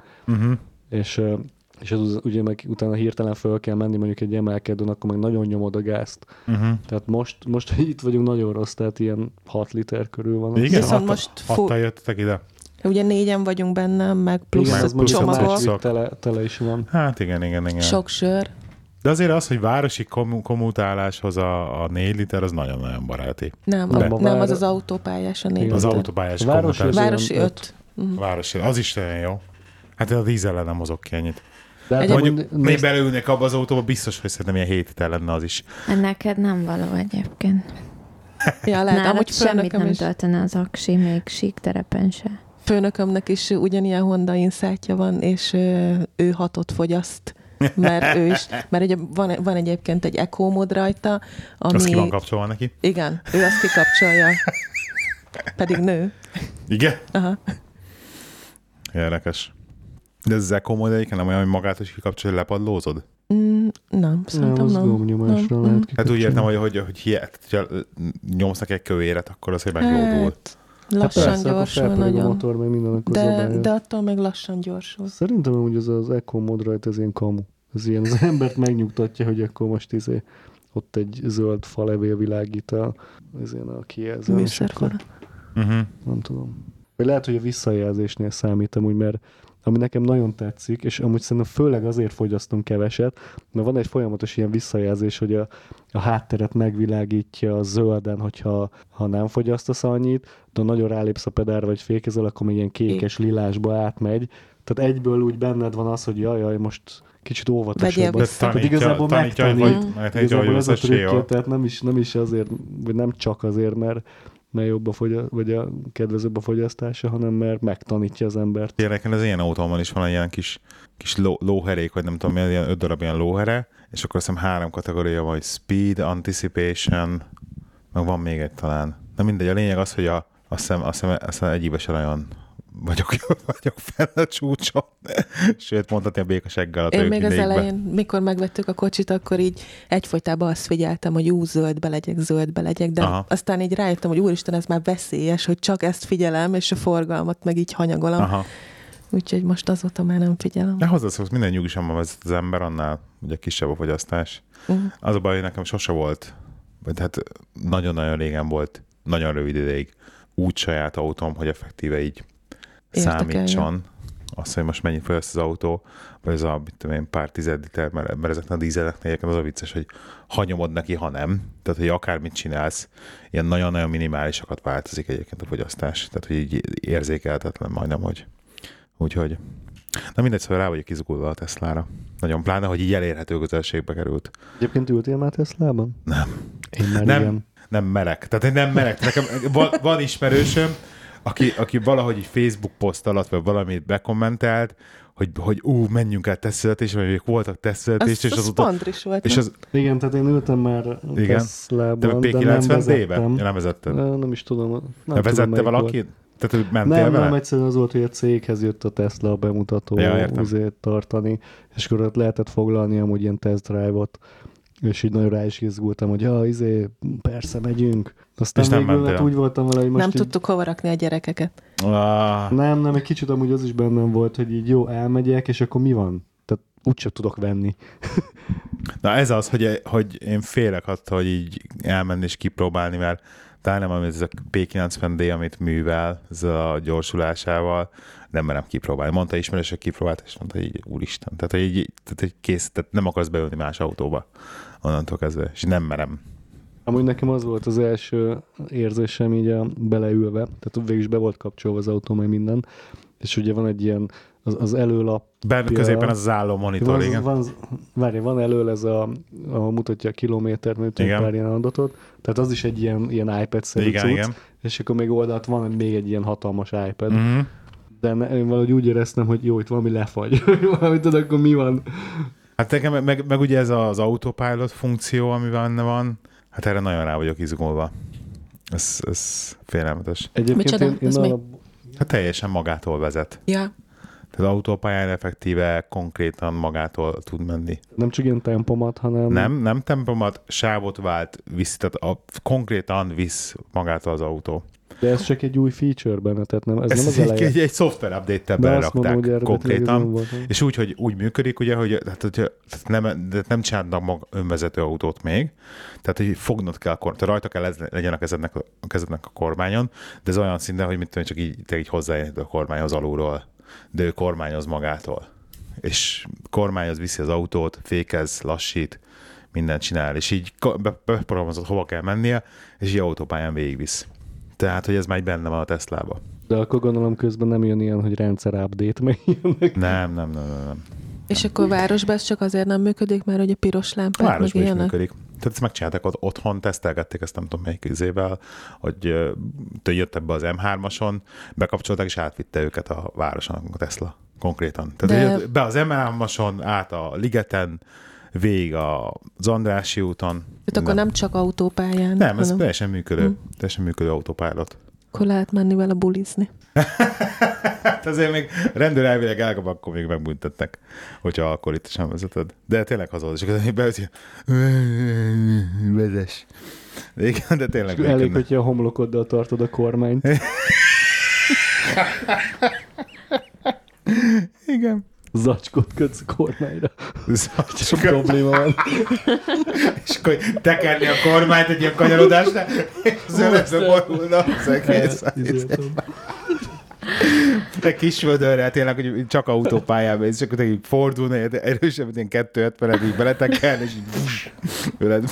És az, ugye meg utána hirtelen föl kell menni mondjuk egy emelkedőn, akkor meg nagyon nyomod a gázt. Tehát most itt vagyunk nagyon rossz, tehát ilyen 6 liter körül van. Igen, hattal jöttetek ide. Ugye 4-en vagyunk benne, meg plusz a csomagok. Tele is van. Hát igen. Sok sör. De azért az, hogy városi kommutáláshoz a 4 liter, az nagyon-nagyon baráti. Nem, az az autópályás a 4 liter. Az autópályás kommutálás. Városi 5. Városi, az is nagyon jó. Hát a dízellel nem mozog ki ennyit. De mondjuk még beleülnék abba az autóba, biztos, hogy szerintem ilyen 7 liter lenne az is. Neked nem való egyébként. Ja, lehet, amúgy semmit nem töltene az aksi, még sík terepen se. Főnökömnek is ugyanilyen Honda Insight-ja van, és ő 6-ot fogyaszt. Mert ő is, mert ugye van egyébként egy eco mód rajta, ami... Azt ki van kapcsolva neki? Igen, ő azt kikapcsolja. Pedig nő. Igen? Aha. Érdekes. De ez eco mód egyébként nem olyan, hogy magát is kikapcsolja, lepadlózod? Nem, szerintem nem. Gombnyomásra lehet kikapcsolni. Hát úgy értem, hogy ha nyomsz egy kövéret, akkor azért meglódul. Hát, lassan gyorsul nagyon. A motor, meg minden, de attól még lassan gyorsul. Szerintem úgy az eco mód rajta, ez ilyen kamu. Ez ilyen az embert megnyugtatja, hogy akkor most ott egy zöld falevél világít a kijelzőn. Műszerfal. Nem tudom. Vagy lehet, hogy a visszajelzésnél számítom úgy, mert ami nekem nagyon tetszik, és amúgy szerintem főleg azért fogyasztunk keveset, mert van egy folyamatos ilyen visszajelzés, hogy a hátteret megvilágítja zölden, hogyha nem fogyasztasz annyit, de nagyon rálépsz a pedálra vagy fékezel, akkor még ilyen kékes lilásba átmegy. Tehát egyből úgy benned van az, hogy jaj, most kicsit óvatosabban. Tehát igazából igazából ez a trükkje, tehát nem is azért, vagy nem csak azért, mert jobb vagy a kedvezőbb a fogyasztása, hanem mert megtanítja az embert. Nekem az ilyen autómmal is van egy ilyen kis lóherék, vagy nem tudom, ilyen 5 darab ilyen lóhere, és akkor azt hiszem 3 kategória van, hogy Speed, Anticipation, meg van még egy talán. Na mindegy, a lényeg az, hogy azt hiszem egyébesen olyan vagyok fenn a csúcson. Sőt, mondhatni a békaseggel a én még az elején, mikor megvettük a kocsit, akkor így egyfolytában azt figyeltem, hogy zöldbe legyek, de aztán így rájöttem, hogy úristen, ez már veszélyes, hogy csak ezt figyelem, és a forgalmat meg így hanyagolom. Aha. Úgyhogy most azóta már nem figyelem. De hozzászoksz, minden nyugisabban vezet az ember, annál ugye kisebb a fogyasztás. Az a baj, hogy nekem sose volt, vagy hát nagyon-nagyon régen volt, nagyon rövid ideig úgy saját autóm, hogy effektíve így számítson azt, hogy most mennyit fogyaszt az autó, vagy az a pár 10 liter, mert ezeknek a dízeleknél az a vicces, hogy ha nyomod neki, ha nem. Tehát, hogy akármit csinálsz, ilyen nagyon-nagyon minimálisakat változik egyébként a fogyasztás. Tehát, hogy így érzékelhetetlen majdnem, hogy úgyhogy. Na mindegy, szóval rá vagyok izgulva a Teslára. Nagyon pláne, hogy így elérhető közelségbe került. Egyébként ültél már Teslában? Nem. Én már nem. Nem merek. Tehát én nem merek. Nekem van ismerősöm, aki valahogy így Facebook poszt alatt, vagy valamit bekommentelt, hogy menjünk el tesztszületésre, vagy voltak tesztszületésre, és azóta... Spandris volt. És igen, tehát én ültem már Teslában, de nem vezettem. Nem vezettem. Nem is tudom. Nem vezette valaki? Volt. Tehát, hogy mentél vele? Nem, egyszerűen az volt, hogy a céghez jött a Tesla a bemutató tartani, és akkor ott lehetett foglalni amúgy ilyen test drive-ot, és így nagyon rá is izgultam, hogy persze megyünk. Aztán végül hát úgy voltam vele, hogy most nem tudtuk hova rakni a gyerekeket. Nem, egy kicsit amúgy az is bennem volt, hogy így jó, elmegyek, és akkor mi van? Tehát úgyse tudok venni. Na ez az, hogy én félek attól, hogy így elmenni és kipróbálni, mert talán nem, ez a P90D, amit művel, ez a gyorsulásával, nem merem kipróbálni. Mondta ismerős, hogy kipróbált, és mondta így, úristen. Tehát, hogy kész, tehát nem akarsz beülni más autóba onnantól kezdve, és nem merem. Amúgy nekem az volt az első érzésem így beleülve, tehát végül is be volt kapcsolva az autó, meg minden, és ugye van egy ilyen, az előlap. Benne középen az álló monitor, igen. Van elől ez ahol mutatja a kilométert, mert pár ilyen adatot, tehát az is egy ilyen iPad-szerű cucc, igen. És akkor még oldalt van még egy ilyen hatalmas iPad. Mm-hmm. De én valahogy úgy éreztem, hogy jó, itt valami lefagy. Valamit tudod, akkor mi van? Hát nekem meg ugye ez az autopilot funkció, ami benne van, hát erre nagyon rá vagyok izgulva. Ez félelmetes. Egyébként Hát teljesen magától vezet. Ja. Tehát az autópályán effektíve konkrétan magától tud menni. Nem csak ilyen tempomat, hanem... Nem tempomat, sávot vált, tehát konkrétan visz magától az autó. De ez csak egy új feature benne, tehát nem, ez nem az eleje. Egy szoftver update-tel berakták konkrétan, és hogy úgy működik, ugye, hogy nem csinálnak önvezető autót még, tehát hogy fognod kell, tehát rajta kell legyen a kezednek a kormányon, de ez olyan szinten, hogy mit tudom, csak így hozzáérhető a kormányhoz alulról, de ő kormányoz magától. És kormányoz, viszi az autót, fékez, lassít, mindent csinál, és így beprogramozott, hova kell mennie, és így autópályán végigvisz. Tehát, hogy ez már benne van a Teslába. De akkor gondolom közben nem jön ilyen, hogy rendszer update, meg ilyenek. Nem. És akkor városban ez csak azért nem működik, mert hogy a piros lámpák városban is működik. Tehát ezt megcsinálták otthon, tesztelgették ezt nem tudom melyik izével, hogy jöttek be az M3-ason, bekapcsolták és átvitte őket a városon a Tesla. Konkrétan. Tehát be az M3-ason, át a Ligeten, végig az Andrássy úton. Tehát akkor nem csak autópályán. Nem, ez teljesen működő autópilot. Akkor lehet menni vele bulizni. Hát azért még rendőr elvileg elkap, akkor még megbüntetnek, hogyha akkor itt sem vezeted. De tényleg hazad, és akkor beüti, vezess. Igen, de tényleg. Elég, hogyha a homlokoddal tartod a kormányt. Igen. Zacskot kötsz a kormányra. Sok probléma van. És akkor tekerni a kormányt egy ilyen kanyarodásnál, és zöldbe borulna az egész. De kis vödörrel tényleg, hogy csak autópályában, és akkor így fordulna, erősebb, ilyen 250-et így beletekelni, és így öled.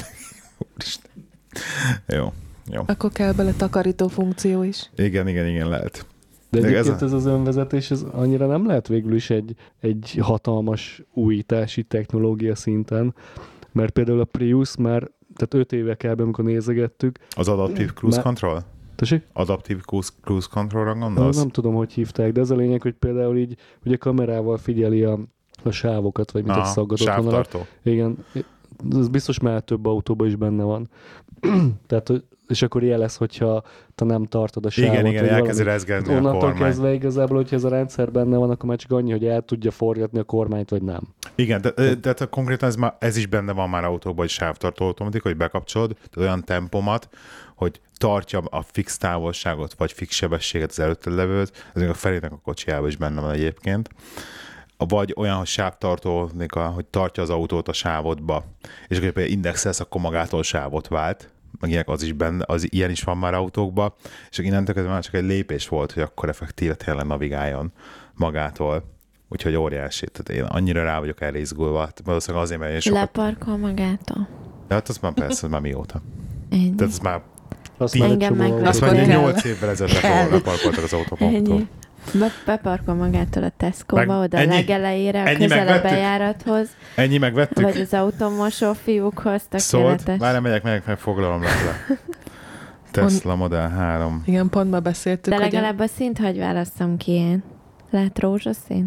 Jó. Akkor kell bele takarító funkció is. Igen, lehet. De egyébként ez az önvezetés, ez annyira nem lehet végül is egy hatalmas újítási technológia szinten, mert például a Prius már, tehát 5 éve kell be, amikor nézegettük. Az Adaptive Cruise Control? Tessék? Adaptive Cruise Controlra gondolsz? Nem tudom, hogy hívták, de az a lényeg, hogy például így ugye kamerával figyeli a sávokat, vagy mit egy szaggatott sávtartó. Igen, ez biztos már több autóban is benne van. Tehát, és akkor jelez, hogyha te nem tartod a sávot. Igen, elkezdi rezgelni a kormány. Onnantól kezdve igazából, hogyha ez a rendszer benne van, akkor már csak annyi, hogy el tudja forgatni a kormányt, vagy nem. Igen, de konkrétan ez is benne van már autóban, hogy sávtartó automatika, hogy bekapcsolod, olyan tempomat, hogy tartja a fix távolságot, vagy fix sebességet az előtted levőt, ez még a Ferének a kocsiában is benne van egyébként. Vagy olyan, hogy sávtartó, hogy tartja az autót a sávodba, és akkor például indexelsz, akkor magától sávot vált, meg ilyenek az is benne, ilyen is van már autókban, és innentől kezdve már csak egy lépés volt, hogy akkor effektíve tényleg navigáljon magától. Úgyhogy óriási. Tehát én annyira rá vagyok erre izgulva. Valószínűleg azért, mert én sokat... Leparkol magától? De hát az már persze, az már mióta. Ennyi. Tehát az már... Engem meg azt már 8 évvel ezelőtt leparkoltak az autópomtól. Beparkol magától a Tesco-ba, oda a legelejére, a közelebb bejárathoz. Ennyi megvettük. Vagy az automosó fiúkhoz, tökéletes. Szólt, már nem megyek, foglalom le. Tesla Model 3. Igen, pont ma beszéltük. De legalább a szint hagy válasszam ki én. Lehet rózsaszín?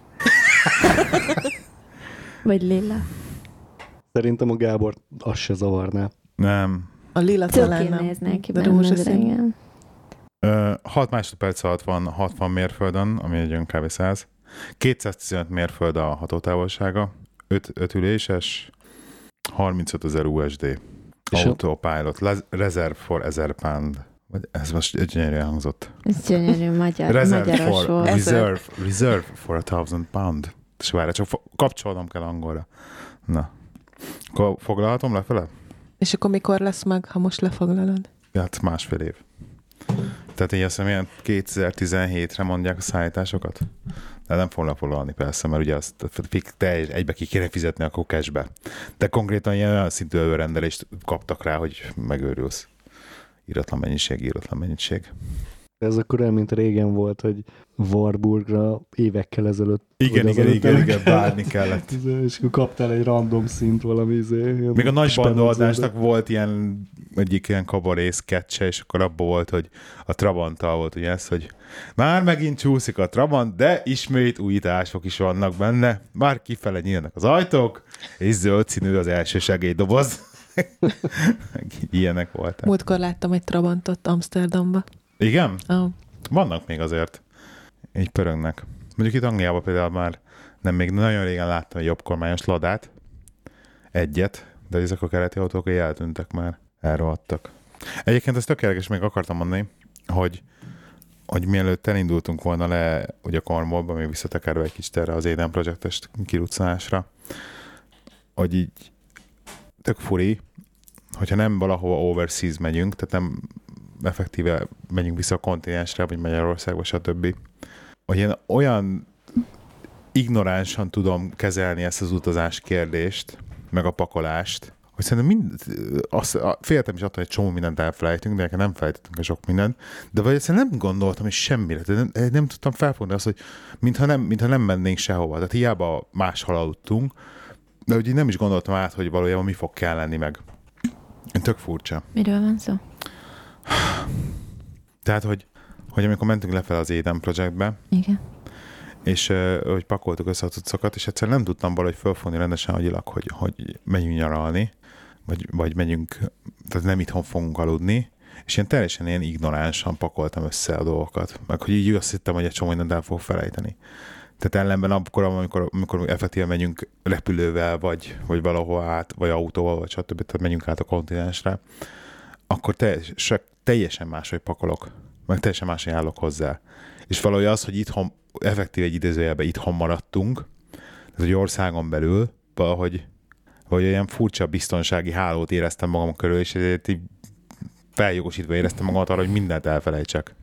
Vagy lila? Szerintem a Gábor azt se zavarná. Nem. A lila talán nem. Néznél ki de rózsaszín. 6 másodperc alatt van 60 mérföldön, ami egy ön kb. 100. 215 mérföld a hatótávolsága, 5 üléses, 35 000 USD. Autopilot, reserve for 1000 pound. Ez most gyönyörűen hangzott. Ez gyönyörű, magyaros volt. Reserve for 1000 pound. És várj, csak kapcsolnom kell angolra. Na. Akkor foglalhatom lefele? És akkor mikor lesz meg, ha most lefoglalod? Hát 1,5 év. Tehát én azt hiszem, ilyen 2017-re mondják a szállításokat. De nem fognak foglalni persze, mert ugye azt egybe ki kéne fizetni, akkor cashbe. De konkrétan ilyen olyan szintű előrendelést kaptak rá, hogy megőrülsz. Íratlan mennyiség. Ez akkor olyan, mint régen volt, hogy Warburgra évekkel ezelőtt. Igen, várni kellett. És akkor kaptál egy random szint valami. Még a nagy bandoldásnak volt egyik ilyen kabaré sketche, és akkor abban volt, hogy a Trabanttal volt ugye ez, hogy már megint csúszik a Trabant, de ismét újítások is vannak benne. Már kifele nyílnak az ajtók, és zöld színű az első segélydoboz. Ilyenek voltak. Múltkor láttam egy Trabantot Amsterdamba. Igen? Oh. Vannak még azért. Így pörögnek. Mondjuk itt Angliában például már még nagyon régen láttam egy jobbkormányos Ladát. Egyet, de ezek a keleti autók eltűntek már. Elrohadtak. Egyébként ezt tökéletes, még akartam mondani, hogy mielőtt elindultunk volna le ugye Cornwallba, még visszatekerve egy kicsit erre az Eden Project-es kiruccanásra, hogy így tök furi, hogyha nem valahova overseas megyünk, tehát nem effektíve megyünk vissza a kontinensre, vagy Magyarországba, stb. Hogy én olyan ignoránsan tudom kezelni ezt az utazás kérdést, meg a pakolást, hogy szerintem féltem is attól, hogy csomó mindent elfelejtünk, de nem felejtettünk a sok mindent, de vagy egyszerűen nem gondoltam is semmire. Nem tudtam felfogni azt, hogy mintha nem mennénk sehova. Tehát hiába máshol aludtunk, de úgy nem is gondoltam át, hogy valójában mi fog kelleni meg. Tök furcsa. Miről van szó? Tehát, hogy amikor mentünk lefelé az Eden Projectbe, igen. És hogy pakoltuk össze a cuccokat, és egyszerűen nem tudtam valahogy fölfogni rendesen agyilag, hogy menjünk nyaralni, vagy megyünk, tehát nem itthon fogunk aludni, és én teljesen ilyen ignoránsan pakoltam össze a dolgokat, meg hogy így azt hittem, hogy egy csomó mindent el fogok felejteni. Tehát ellenben akkor, amikor effektíven megyünk repülővel, vagy valahol át, vagy autóval, vagy stb., tehát megyünk át a kontinensre, akkor teljesen máshogy pakolok, meg teljesen máshogy állok hozzá. És valahogy az, hogy itthon, effektív egy idézőjelben itthon maradtunk, tehát hogy országon belül, valahogy olyan furcsa biztonsági hálót éreztem magam körül, és ezért így feljogosítva éreztem magamat arra, hogy mindent elfelejtsek.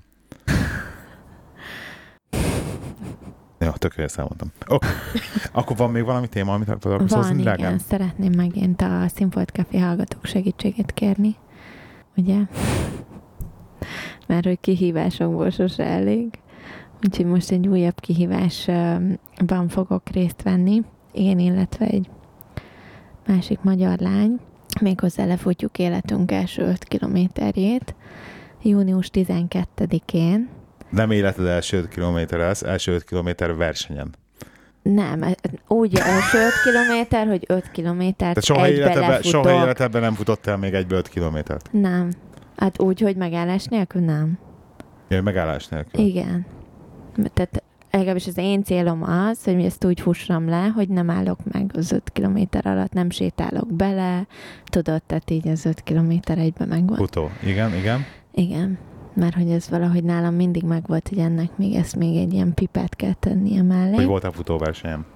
Jó, tökéletes elmondtam. Okay. Akkor van még valami téma, amit akarsz hozni, drágám? Igen, szeretném megint a Színfolt Café hallgatók segítségét kérni, ugye? Mert hogy kihívásokból sose elég. Úgyhogy most egy újabb kihívásban fogok részt venni. Én, illetve egy másik magyar lány. Méghozzá lefutjuk életünk első 5 kilométerjét. Június 12-én. Nem életed első 5 kilométer lesz, első 5 kilométer versenyen. Nem, úgy első 5 kilométer, hogy 5 kilométert soha életedben nem futottál még egyből 5 kilométert? Nem. Hát úgy, hogy megállás nélkül nem. Ja, megállás nélkül. Igen. Tehát legalábbis az én célom az, hogy ezt úgy fussam le, hogy nem állok meg az 5 kilométer alatt, nem sétálok bele, tudod, tehát így az 5 kilométer egyben megvan. Futó, igen. Igen, mert hogy ez valahogy nálam mindig megvolt, hogy ennek még egy ilyen pipát kell tennie mellé. Hogy voltál futóversenyem?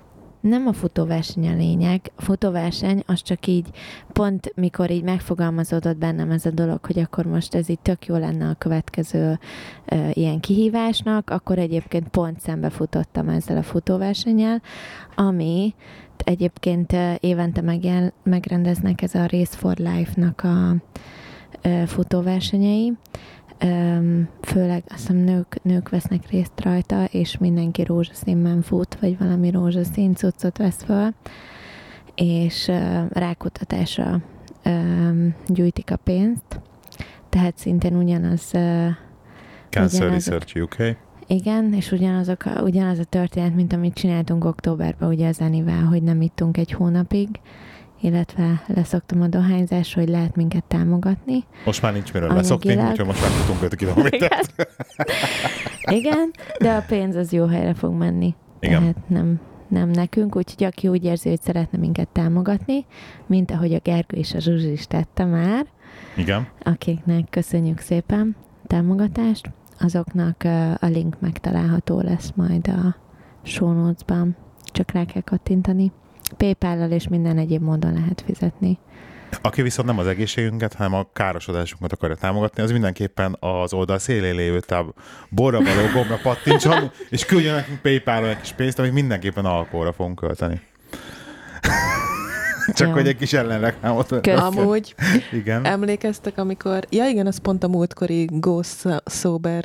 nem a futóverseny a lényeg. A futóverseny az csak így, pont mikor így megfogalmazódott bennem ez a dolog, hogy akkor most ez így tök jó lenne a következő ilyen kihívásnak, akkor egyébként pont szembefutottam ezzel a futóversennyel, ami egyébként évente megrendeznek, ez a Race for Life-nak a futóversenyei. Főleg azt hiszem nők vesznek részt rajta, és mindenki rózsaszínben fut, vagy valami rózsaszín cuccot vesz föl, és rákutatásra gyűjtik a pénzt. Tehát szintén ugyanaz... Cancer Research UK. Igen, és ugyanaz a történet, mint amit csináltunk októberben, ugye az Anivel, hogy nem ittunk egy hónapig, illetve leszoktam a dohányzásra, hogy lehet minket támogatni. Most már nincs miről leszokni, úgyhogy most már futunk 5 kilométert. Igen, de a pénz az jó helyre fog menni. Igen. Tehát nem nekünk, úgyhogy aki úgy érzi, hogy szeretne minket támogatni, mint ahogy a Gergő és a Zsuzsi is tette már. Igen. Akiknek köszönjük szépen a támogatást, azoknak a link megtalálható lesz majd a show notes-ban. Csak rá kell kattintani. PayPal-lal és minden egyéb módon lehet fizetni. Aki viszont nem az egészségünket, hanem a károsodásunkat akarja támogatni, az mindenképpen az oldal szélén lévő borra való gombra pattintson, és küldjön nekünk PayPal-ra egy kis pénzt, amit mindenképpen alkoholra fogunk költeni. Csak jó. Hogy egy kis ellenreklámot. Amúgy igen. Emlékeztek, amikor... Ja igen, az pont a múltkori Go Sober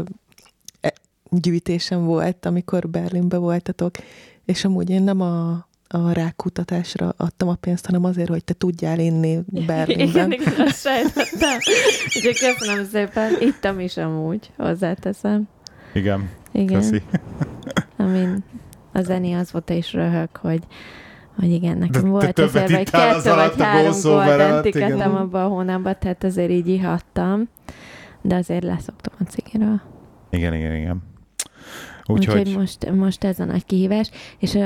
gyűjtésem volt, amikor Berlinbe voltatok, és amúgy én nem a rákutatásra adtam a pénzt, hanem azért, hogy te tudjál inni Berlinben. Igen, azt sejtettem. Úgyhogy köszönöm szépen. Ittam is amúgy, hozzáteszem. Igen. Köszi. Amin a zeni az volt és röhög, hogy igen, nekem volt azért, vagy 2 vagy 3 golden ticketem abban a hónapban, tehát azért így ihattam, de azért leszoktam a cigiről. Igen. Úgyhogy most ez a nagy kihívás, és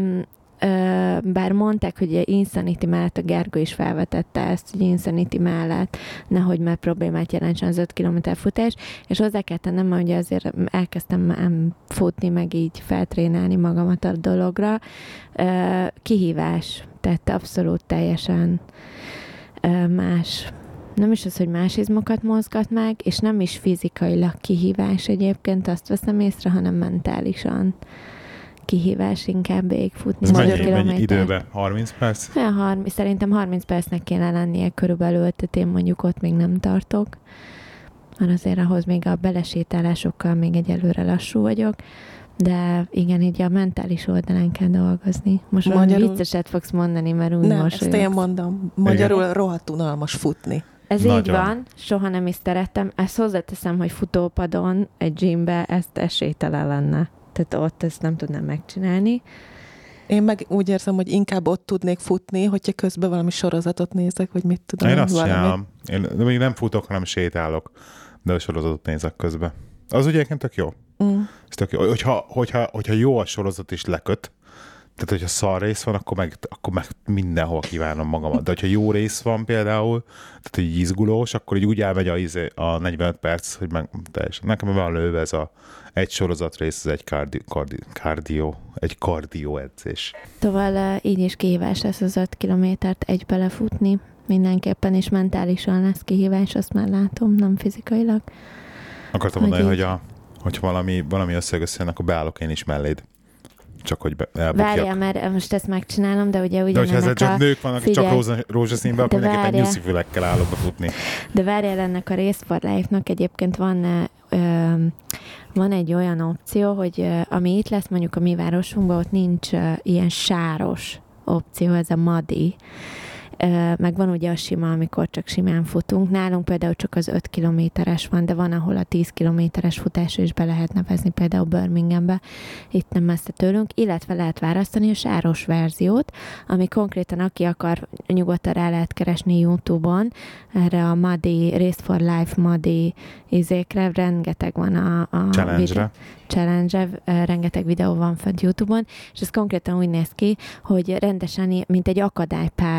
bár mondták, hogy Insanity mellett a Gergő is felvetette ezt, hogy Insanity mellett nehogy már problémát jelentsen az 5 km futás, és hozzá kell tennem, hogy azért elkezdtem futni, meg így feltrénálni magamat a dologra. Kihívás, tehát abszolút teljesen más. Nem is az, hogy más izmokat mozgat meg, és nem is fizikailag kihívás egyébként, azt veszem észre, hanem mentálisan kihívás inkább végigfutni. Ez mennyi időben? 30 perc? Szerintem 30 percnek kéne lennie körülbelül, tehát én mondjuk ott még nem tartok, mert azért ahhoz még a belesétálásokkal még egyelőre lassú vagyok, de igen, így a mentális oldalán kell dolgozni. Most valami vicceset fogsz mondani, mert úgy nem, ezt én mondom. Magyarul igen. Rohadt unalmas futni. Ez nagyon. Így van, soha nem is szerettem. Ezt hozzáteszem, hogy futópadon, egy gymbe ezt esélytelen lenne. Tehát ott ezt nem tudnám megcsinálni. Én meg úgy érzem, hogy inkább ott tudnék futni, hogyha közben valami sorozatot nézek, vagy mit tudom. Én azt csinálom. Én még nem futok, hanem sétálok, de a sorozatot nézek közben. Az ugye tök jó. Ez tök jó. Hogyha jó a sorozat is leköt, tehát hogyha szar rész van, akkor meg mindenhol kívánom magamat. De hogyha jó rész van például, tehát hogy izgulós, akkor így úgy elmegy a 45 perc, hogy meg teljesen. Nekem van lőve ez egy sorozat rész, ez egy kardió edzés. Szóval így is kihívás lesz az 5 kilométert egybe lefutni. Mindenképpen is mentálisan lesz kihívás, azt már látom, nem fizikailag. Akartam mondani, hogy valami összejösszön, akkor beállok én is melléd. Csak hogy elbukjak. Várjál, mert most ezt megcsinálom, de ugye ugyanennek de hogyha csak nők vannak, csak rózsaszínben, akkor mindenképpen nyuszifülekkel állok befutni. De várjál, ennek a Race for Life-nak egyébként van egy olyan opció, hogy ami itt lesz mondjuk a mi városunkban, ott nincs ilyen sáros opció, ez a muddy. Meg van ugye a sima, amikor csak simán futunk. Nálunk például csak az 5 kilométeres van, de van, ahol a 10 kilométeres futásra is be lehet nevezni, például Birminghambe, itt nem messze tőlünk, illetve lehet választani a sáros verziót, ami konkrétan aki akar, nyugodtan rá lehet keresni YouTube-on, erre a Muddy, Race for Life Muddy izékre, rengeteg van a challenge-re, rengeteg videó van fent YouTube-on, és ez konkrétan úgy néz ki, hogy rendesen, mint egy akadálypálya,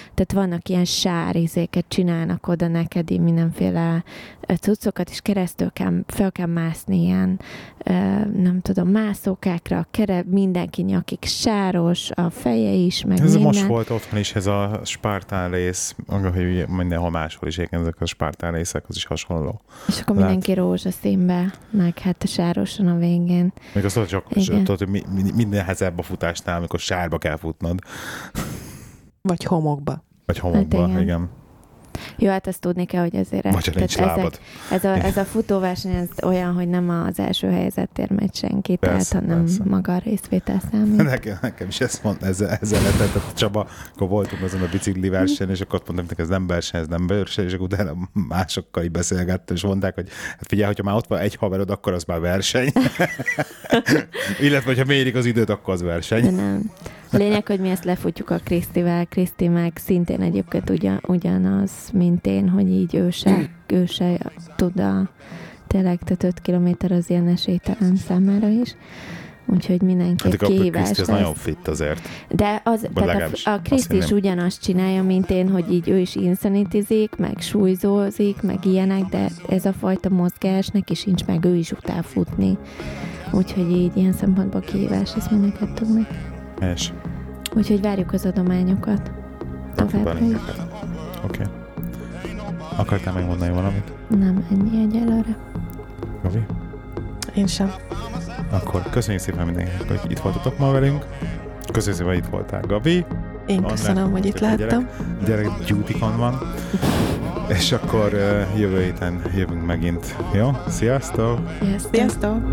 tehát vannak ilyen sárizéket, csinálnak oda neked mindenféle cuccokat, és keresztül fel kell mászni ilyen, nem tudom, mászókákra, mindenki nyakig sáros, a feje is, meg ez minden. Most volt otthon is ez a spártán rész, hogy mindenhol máshol is ezek a spártán részek, az is hasonló. És akkor mindenki rózsaszínbe, meg hát sárosan a végén. Még azt csak tudod, hogy minden nehezebb a futásnál, amikor sárba kell futnod. Vagy homokba. Vagy homokba, hát igen. Jó, hát azt tudni kell, hogy azért... Vagy nincs lábad. Ez a futóverseny ez olyan, hogy nem az első helyezett ér meg senki, tehát hanem maga a részvétel számít. Nekem is ezt mondta, ezzel lehetett Csaba, akkor voltunk azon a bicikli verseny, és akkor mondtam, hogy ez nem verseny, és akkor utána másokkal beszélgettem, és mondták, hogy hát figyelj, hogyha már ott van egy haverod, akkor az már verseny. Illetve, hogyha mérik az időt, akkor az verseny. De nem. A lényeg, hogy mi ezt lefutjuk a Krisztivel. Kriszti meg szintén egyébként ugyanaz, mint én, hogy így ő se tud tényleg, tehát 5 kilométer az ilyen esélytelen számára is. Úgyhogy mindenképp kihívás. Kriszti, ez nagyon fit azért. De a Kriszti is ugyanazt csinálja, mint én, hogy így ő is insanitizik, meg súlyzózik, meg ilyenek, de ez a fajta mozgás neki sincs meg, ő is utál futni. Úgyhogy így ilyen szempontból kihívás, ezt mind neked tudni. És? Úgyhogy várjuk az adományokat. Továbbra is. Oké. Akartál megmondani valamit? Nem, ennyi egyelőre. Gabi? Én sem. Akkor köszönjük szépen mindenkinek, hogy itt voltatok ma velünk. Köszönjük szépen, hogy itt voltál, Gabi. Én köszönöm, hogy itt láttam. Gyerek duty-kon van. És akkor jövő héten jövünk megint. Jó? Sziasztok! Sziasztok!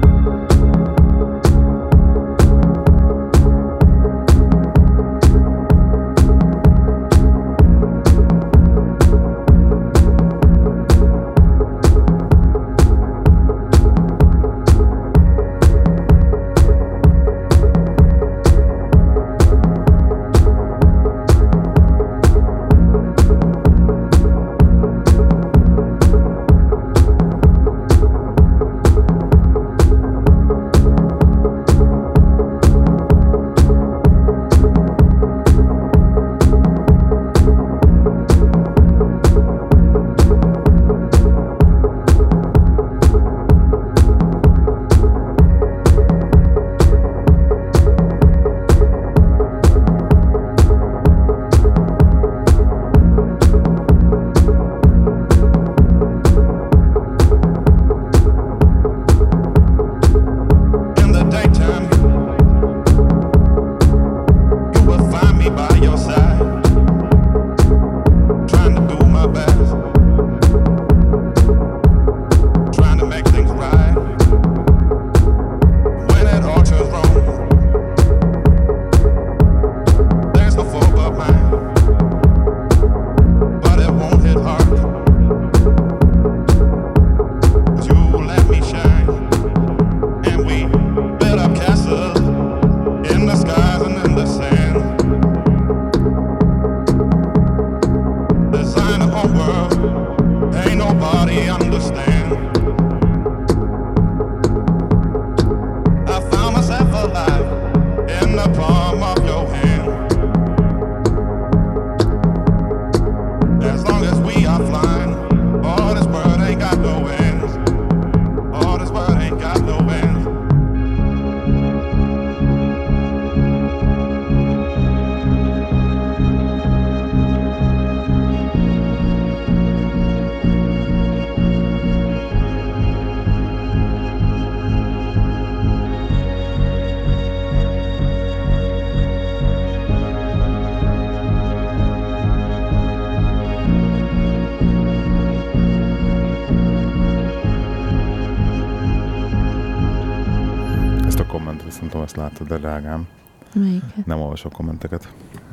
Nem tudom, azt látod, de drágám. Melyiket? Nem olvasok kommenteket.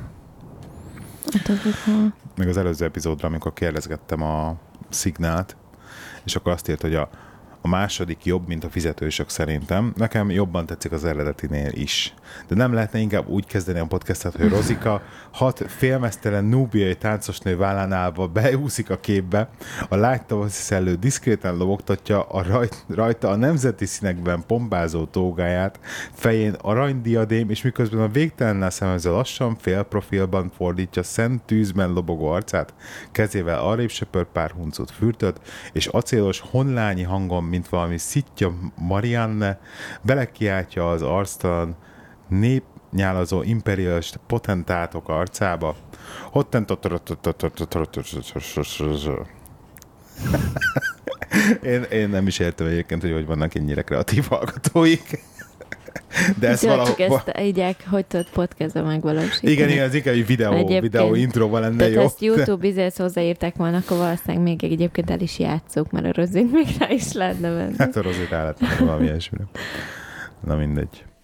Hát, meg az előző epizódra, amikor kérdezgettem a Szignált, és akkor azt írt, hogy a második jobb, mint a fizetősök szerintem. Nekem jobban tetszik az eredetinél is. De nem lehetne inkább úgy kezdeni a podcastet, hogy Rozika 6 félmeztelen núbiai táncosnő vállán állva beúszik a képbe, a lágy tavaszi szellő diszkréten lobogtatja a rajta a nemzeti színekben pompázó tógáját, fején aranydiadém, és miközben a végtelennel szemező lassan félprofilban fordítja szent tűzben lobogó arcát, kezével arrébb söpör pár huncut fürtöt, és acélos honlányi hangon, mint valami Szitja Marianne, belekiáltja az arctalan népnyálazó imperialist potentátok arcába. Én nem is értem egyébként, hogy vannak ennyire kreatív hallgatóik. De ez csak ezt így, hogy tudod podcastba megvalósítani. Igen, ez inkább egy videó intróval lenne tehát jó. ezt YouTube-izéhez hozzáírták volna, akkor valószínűleg még egyébként el is játszók, mert a Rozit még rá is lehetne venni. Hát a Rozit rá lehetne valami ilyesmire. Na mindegy.